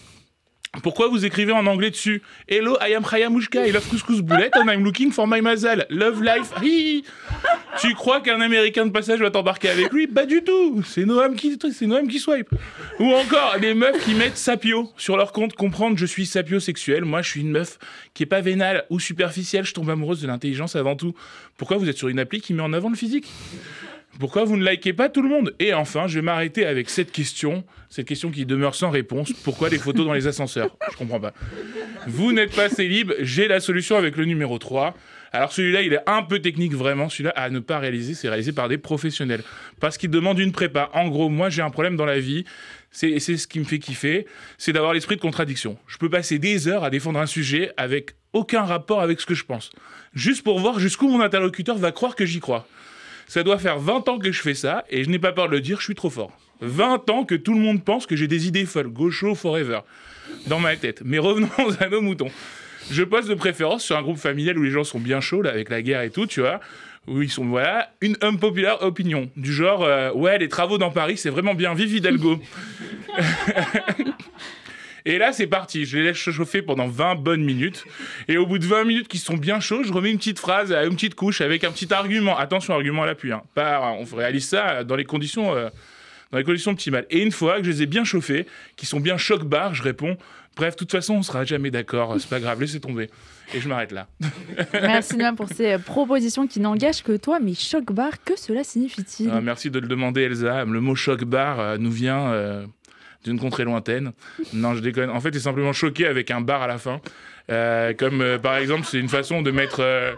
Pourquoi vous écrivez en anglais dessus? Hello, I am Chaya Mouchka, I love couscous boulette and I'm looking for my mazal. Love life. Hi. Tu crois qu'un Américain de passage va t'embarquer avec lui? Pas du tout. C'est Noam qui, c'est Noam qui swipe. Ou encore, les meufs qui mettent sapio sur leur compte. Comprendre, je suis sapiosexuel. Moi, je suis une meuf qui est pas vénale ou superficielle. Je tombe amoureuse de l'intelligence avant tout. Pourquoi vous êtes sur une appli qui met en avant le physique? Pourquoi vous ne likez pas tout le monde? Et enfin, je vais m'arrêter avec cette question, cette question qui demeure sans réponse. Pourquoi les photos dans les ascenseurs? Je comprends pas. Vous n'êtes pas célib, j'ai la solution avec le numéro trois. Alors celui-là, il est un peu technique vraiment. Celui-là, à ne pas réaliser, c'est réalisé par des professionnels. Parce qu'il demande une prépa. En gros, moi, j'ai un problème dans la vie. C'est, c'est ce qui me fait kiffer. C'est d'avoir l'esprit de contradiction. Je peux passer des heures à défendre un sujet avec aucun rapport avec ce que je pense. Juste pour voir jusqu'où mon interlocuteur va croire que j'y crois. Ça doit faire vingt ans que je fais ça, et je n'ai pas peur de le dire, je suis trop fort. vingt ans que tout le monde pense que j'ai des idées folles, gaucho forever, dans ma tête. Mais revenons à nos moutons. Je poste de préférence sur un groupe familial où les gens sont bien chauds, là, avec la guerre et tout, tu vois, où ils sont, voilà, une unpopular opinion, du genre, euh, ouais, les travaux dans Paris, c'est vraiment bien, vive Hidalgo. Et là, c'est parti. Je les laisse chauffer pendant vingt bonnes minutes. Et au bout de vingt minutes qui sont bien chauds, je remets une petite phrase, une petite couche avec un petit argument. Attention, argument à l'appui. Hein. Pas, on réalise ça dans les conditions, euh, dans les conditions optimales. Et une fois que je les ai bien chauffés, qui sont bien choc-barre, je réponds « Bref, de toute façon, on sera jamais d'accord. C'est pas grave, laissez tomber. » Et je m'arrête là. Merci Noam pour ces propositions qui n'engagent que toi. Mais choc-barre, que cela signifie-t-il? euh, Merci de le demander, Elsa. Le mot choc-barre euh, nous vient... Euh, d'une contrée lointaine. Non, je déconne. En fait, c'est simplement choqué avec un bar à la fin. Euh, comme, euh, par exemple, c'est une façon de mettre... Euh...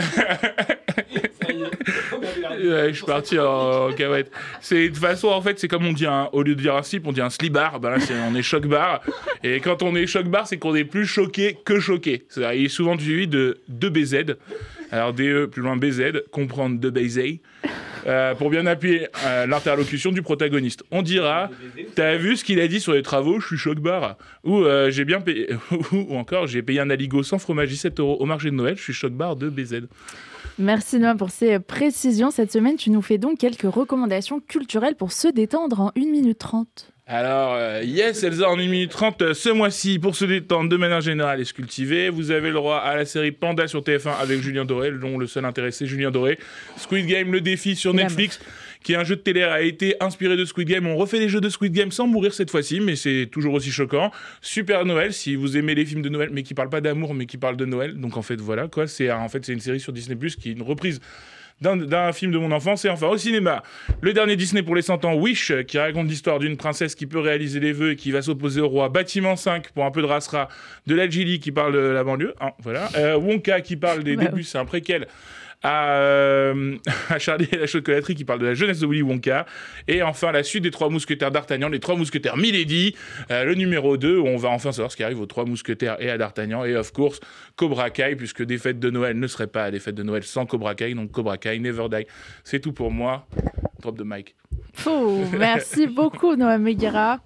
ouais, je suis parti en, en cavette. C'est une façon, en fait, c'est comme on dit, un, au lieu de dire un slip, on dit un slip-bar. Ben là, c'est, on est choc-bar. Et quand on est choc-bar, c'est qu'on est plus choqué que choqué. C'est-à-dire, il est souvent suivi de deux B Z. Alors, D E, plus loin B Z, comprendre de B Z. Euh, pour bien appuyer euh, l'interlocution du protagoniste. On dira, t'as vu ce qu'il a dit sur les travaux, je suis choc-barre. Ou euh, j'ai bien payé, ou encore, j'ai payé un aligot sans fromage dix-sept euros au marché de Noël, je suis choc-barre de B Z. Merci Noam pour ces précisions. Cette semaine, tu nous fais donc quelques recommandations culturelles pour se détendre en une minute trente. Alors, euh, yes, Elsa, en une minute trente, euh, ce mois-ci, pour se détendre de manière générale et se cultiver, vous avez le droit à la série Panda sur T F un avec Julien Doré, dont le seul intéressé, Julien Doré. Squid Game, le défi sur Netflix, qui est un jeu de télé, a été inspiré de Squid Game. On refait les jeux de Squid Game sans mourir cette fois-ci, mais c'est toujours aussi choquant. Super Noël, si vous aimez les films de Noël, mais qui parlent pas d'amour, mais qui parlent de Noël. Donc en fait, voilà, quoi. C'est, en fait, c'est une série sur Disney plus, qui est une reprise D'un, d'un film de mon enfance. Et enfin au cinéma, le dernier Disney pour les cent ans, Wish, qui raconte l'histoire d'une princesse qui peut réaliser les vœux et qui va s'opposer au roi. Bâtiment cinq pour un peu de rasera, de la Gilly qui parle de la banlieue, hein, voilà. euh, Wonka qui parle des bah, débuts, c'est un préquel à, euh, à Charlie et la chocolaterie qui parle de la jeunesse de Willy Wonka. Et enfin la suite des Trois Mousquetaires d'Artagnan, les Trois Mousquetaires Milady, euh, le numéro deux, où on va enfin savoir ce qui arrive aux Trois Mousquetaires et à D'Artagnan. Et of course Cobra Kai, puisque des fêtes de Noël ne seraient pas des fêtes de Noël sans Cobra Kai. Donc Cobra Kai, Never Die. C'est tout pour moi. Drop de mic. Oh, merci beaucoup Noam Meguera.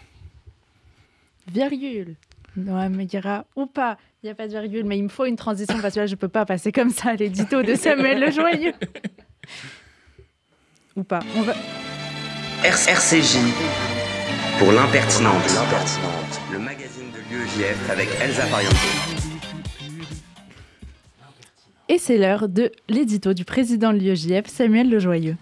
Virgule. Noam Meguera ou pas. Il n'y a pas de virgule, mais il me faut une transition parce que là, je ne peux pas passer comme ça à l'édito de Samuel Le Joyeux. Ou pas. On va... R C J pour l'impertinente. l'impertinente. Le magazine de l'U E J F avec Elsa Pariente. Et c'est l'heure de l'édito du président de l'U E J F, Samuel Lejoyeux.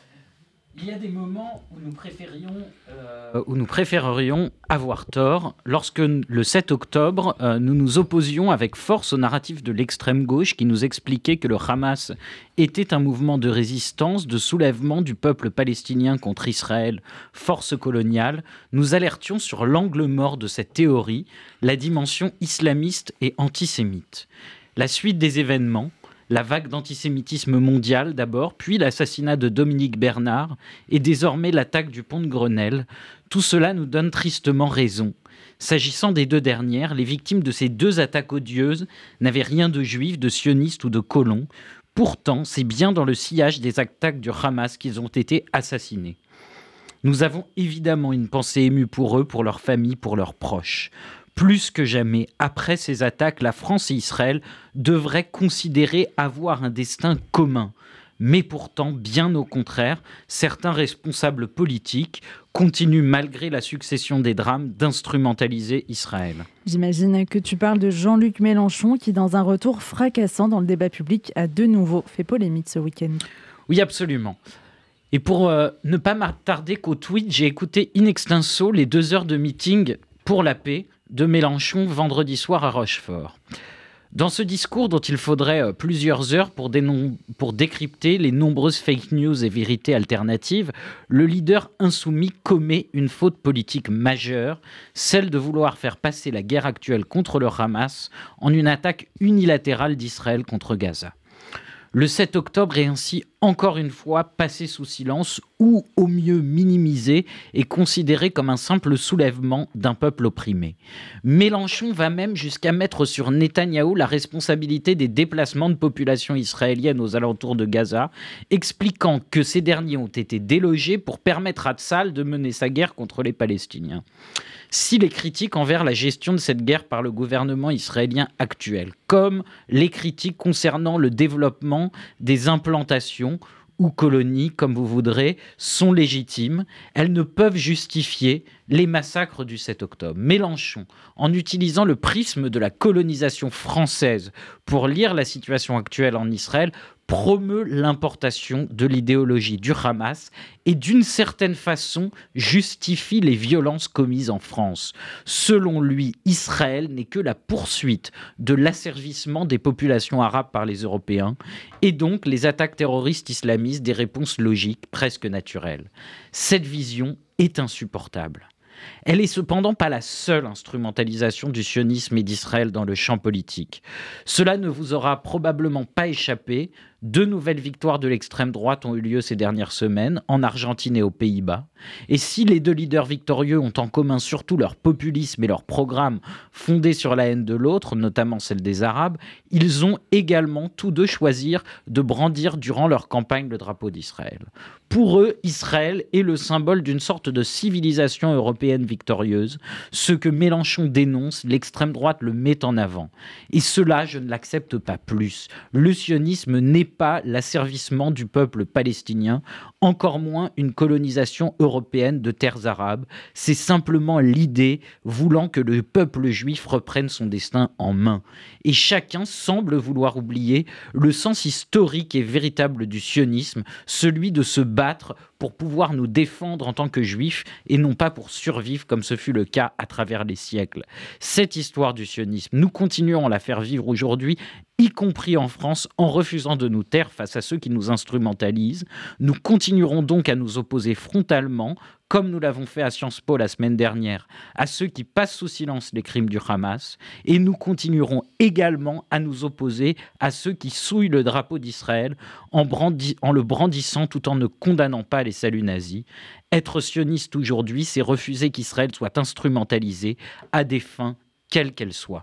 Il y a des moments où nous préférions, euh, où nous préférerions avoir tort. Lorsque le sept octobre, euh, nous nous opposions avec force au narratif de l'extrême gauche qui nous expliquait que le Hamas était un mouvement de résistance, de soulèvement du peuple palestinien contre Israël, force coloniale, nous alertions sur l'angle mort de cette théorie, la dimension islamiste et antisémite. La suite des événements, la vague d'antisémitisme mondial d'abord, puis l'assassinat de Dominique Bernard et désormais l'attaque du pont de Grenelle. Tout cela nous donne tristement raison. S'agissant des deux dernières, les victimes de ces deux attaques odieuses n'avaient rien de juifs, de sionistes ou de colons. Pourtant, c'est bien dans le sillage des attaques du Hamas qu'ils ont été assassinés. Nous avons évidemment une pensée émue pour eux, pour leurs familles, pour leurs proches. Plus que jamais, après ces attaques, la France et Israël devraient considérer avoir un destin commun. Mais pourtant, bien au contraire, certains responsables politiques continuent, malgré la succession des drames, d'instrumentaliser Israël. J'imagine que tu parles de Jean-Luc Mélenchon qui, dans un retour fracassant dans le débat public, a de nouveau fait polémique ce week-end. Oui, absolument. Et pour euh, ne pas m'attarder qu'au tweet, j'ai écouté in extenso les deux heures de meeting pour la paix de Mélenchon vendredi soir à Rochefort. Dans ce discours dont il faudrait plusieurs heures pour, dénom- pour décrypter les nombreuses fake news et vérités alternatives, le leader insoumis commet une faute politique majeure, celle de vouloir faire passer la guerre actuelle contre le Hamas en une attaque unilatérale d'Israël contre Gaza. Le sept octobre est ainsi encore une fois passé sous silence ou au mieux minimisé et considéré comme un simple soulèvement d'un peuple opprimé. Mélenchon va même jusqu'à mettre sur Netanyahou la responsabilité des déplacements de population israélienne aux alentours de Gaza, expliquant que ces derniers ont été délogés pour permettre à Tsahal de mener sa guerre contre les Palestiniens. Si les critiques envers la gestion de cette guerre par le gouvernement israélien actuel, comme les critiques concernant le développement des implantations ou colonies, comme vous voudrez, sont légitimes, elles ne peuvent justifier les massacres du sept octobre. Mélenchon, en utilisant le prisme de la colonisation française pour lire la situation actuelle en Israël, promeut l'importation de l'idéologie du Hamas et d'une certaine façon justifie les violences commises en France. Selon lui, Israël n'est que la poursuite de l'asservissement des populations arabes par les Européens et donc les attaques terroristes islamistes des réponses logiques presque naturelles. Cette vision est insupportable. Elle n'est cependant pas la seule instrumentalisation du sionisme et d'Israël dans le champ politique. Cela ne vous aura probablement pas échappé. Deux nouvelles victoires de l'extrême droite ont eu lieu ces dernières semaines, en Argentine et aux Pays-Bas. Et si les deux leaders victorieux ont en commun surtout leur populisme et leur programme fondés sur la haine de l'autre, notamment celle des Arabes, ils ont également tous deux choisi de brandir durant leur campagne le drapeau d'Israël. Pour eux, Israël est le symbole d'une sorte de civilisation européenne victorieuse. Ce que Mélenchon dénonce, l'extrême droite le met en avant. Et cela, je ne l'accepte pas plus. Le sionisme n'est pas l'asservissement du peuple palestinien, encore moins une colonisation européenne de terres arabes. C'est simplement l'idée voulant que le peuple juif reprenne son destin en main. Et chacun semble vouloir oublier le sens historique et véritable du sionisme, celui de se battre pour pouvoir nous défendre en tant que juifs et non pas pour survivre comme ce fut le cas à travers les siècles. Cette histoire du sionisme, nous continuons à la faire vivre aujourd'hui, y compris en France, en refusant de nous taire face à ceux qui nous instrumentalisent. Nous continuerons donc à nous opposer frontalement, comme nous l'avons fait à Sciences Po la semaine dernière, à ceux qui passent sous silence les crimes du Hamas, et nous continuerons également à nous opposer à ceux qui souillent le drapeau d'Israël en, brandi- en le brandissant tout en ne condamnant pas les saluts nazis. Être sioniste aujourd'hui, c'est refuser qu'Israël soit instrumentalisé à des fins quelles qu'elles soient.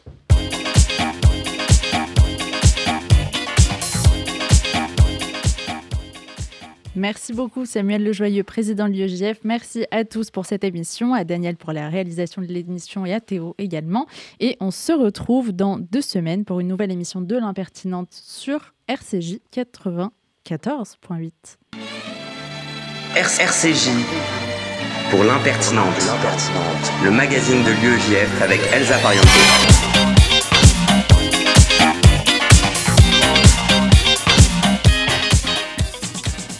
Merci beaucoup Samuel Lejoyeux, président de l'U E J F. Merci à tous pour cette émission, à Daniel pour la réalisation de l'émission et à Théo également. Et on se retrouve dans deux semaines pour une nouvelle émission de l'Impertinente sur R C J quatre-vingt-quatorze virgule huit. R C J pour l'Impertinente, le magazine de l'U E J F avec Elsa Pariente.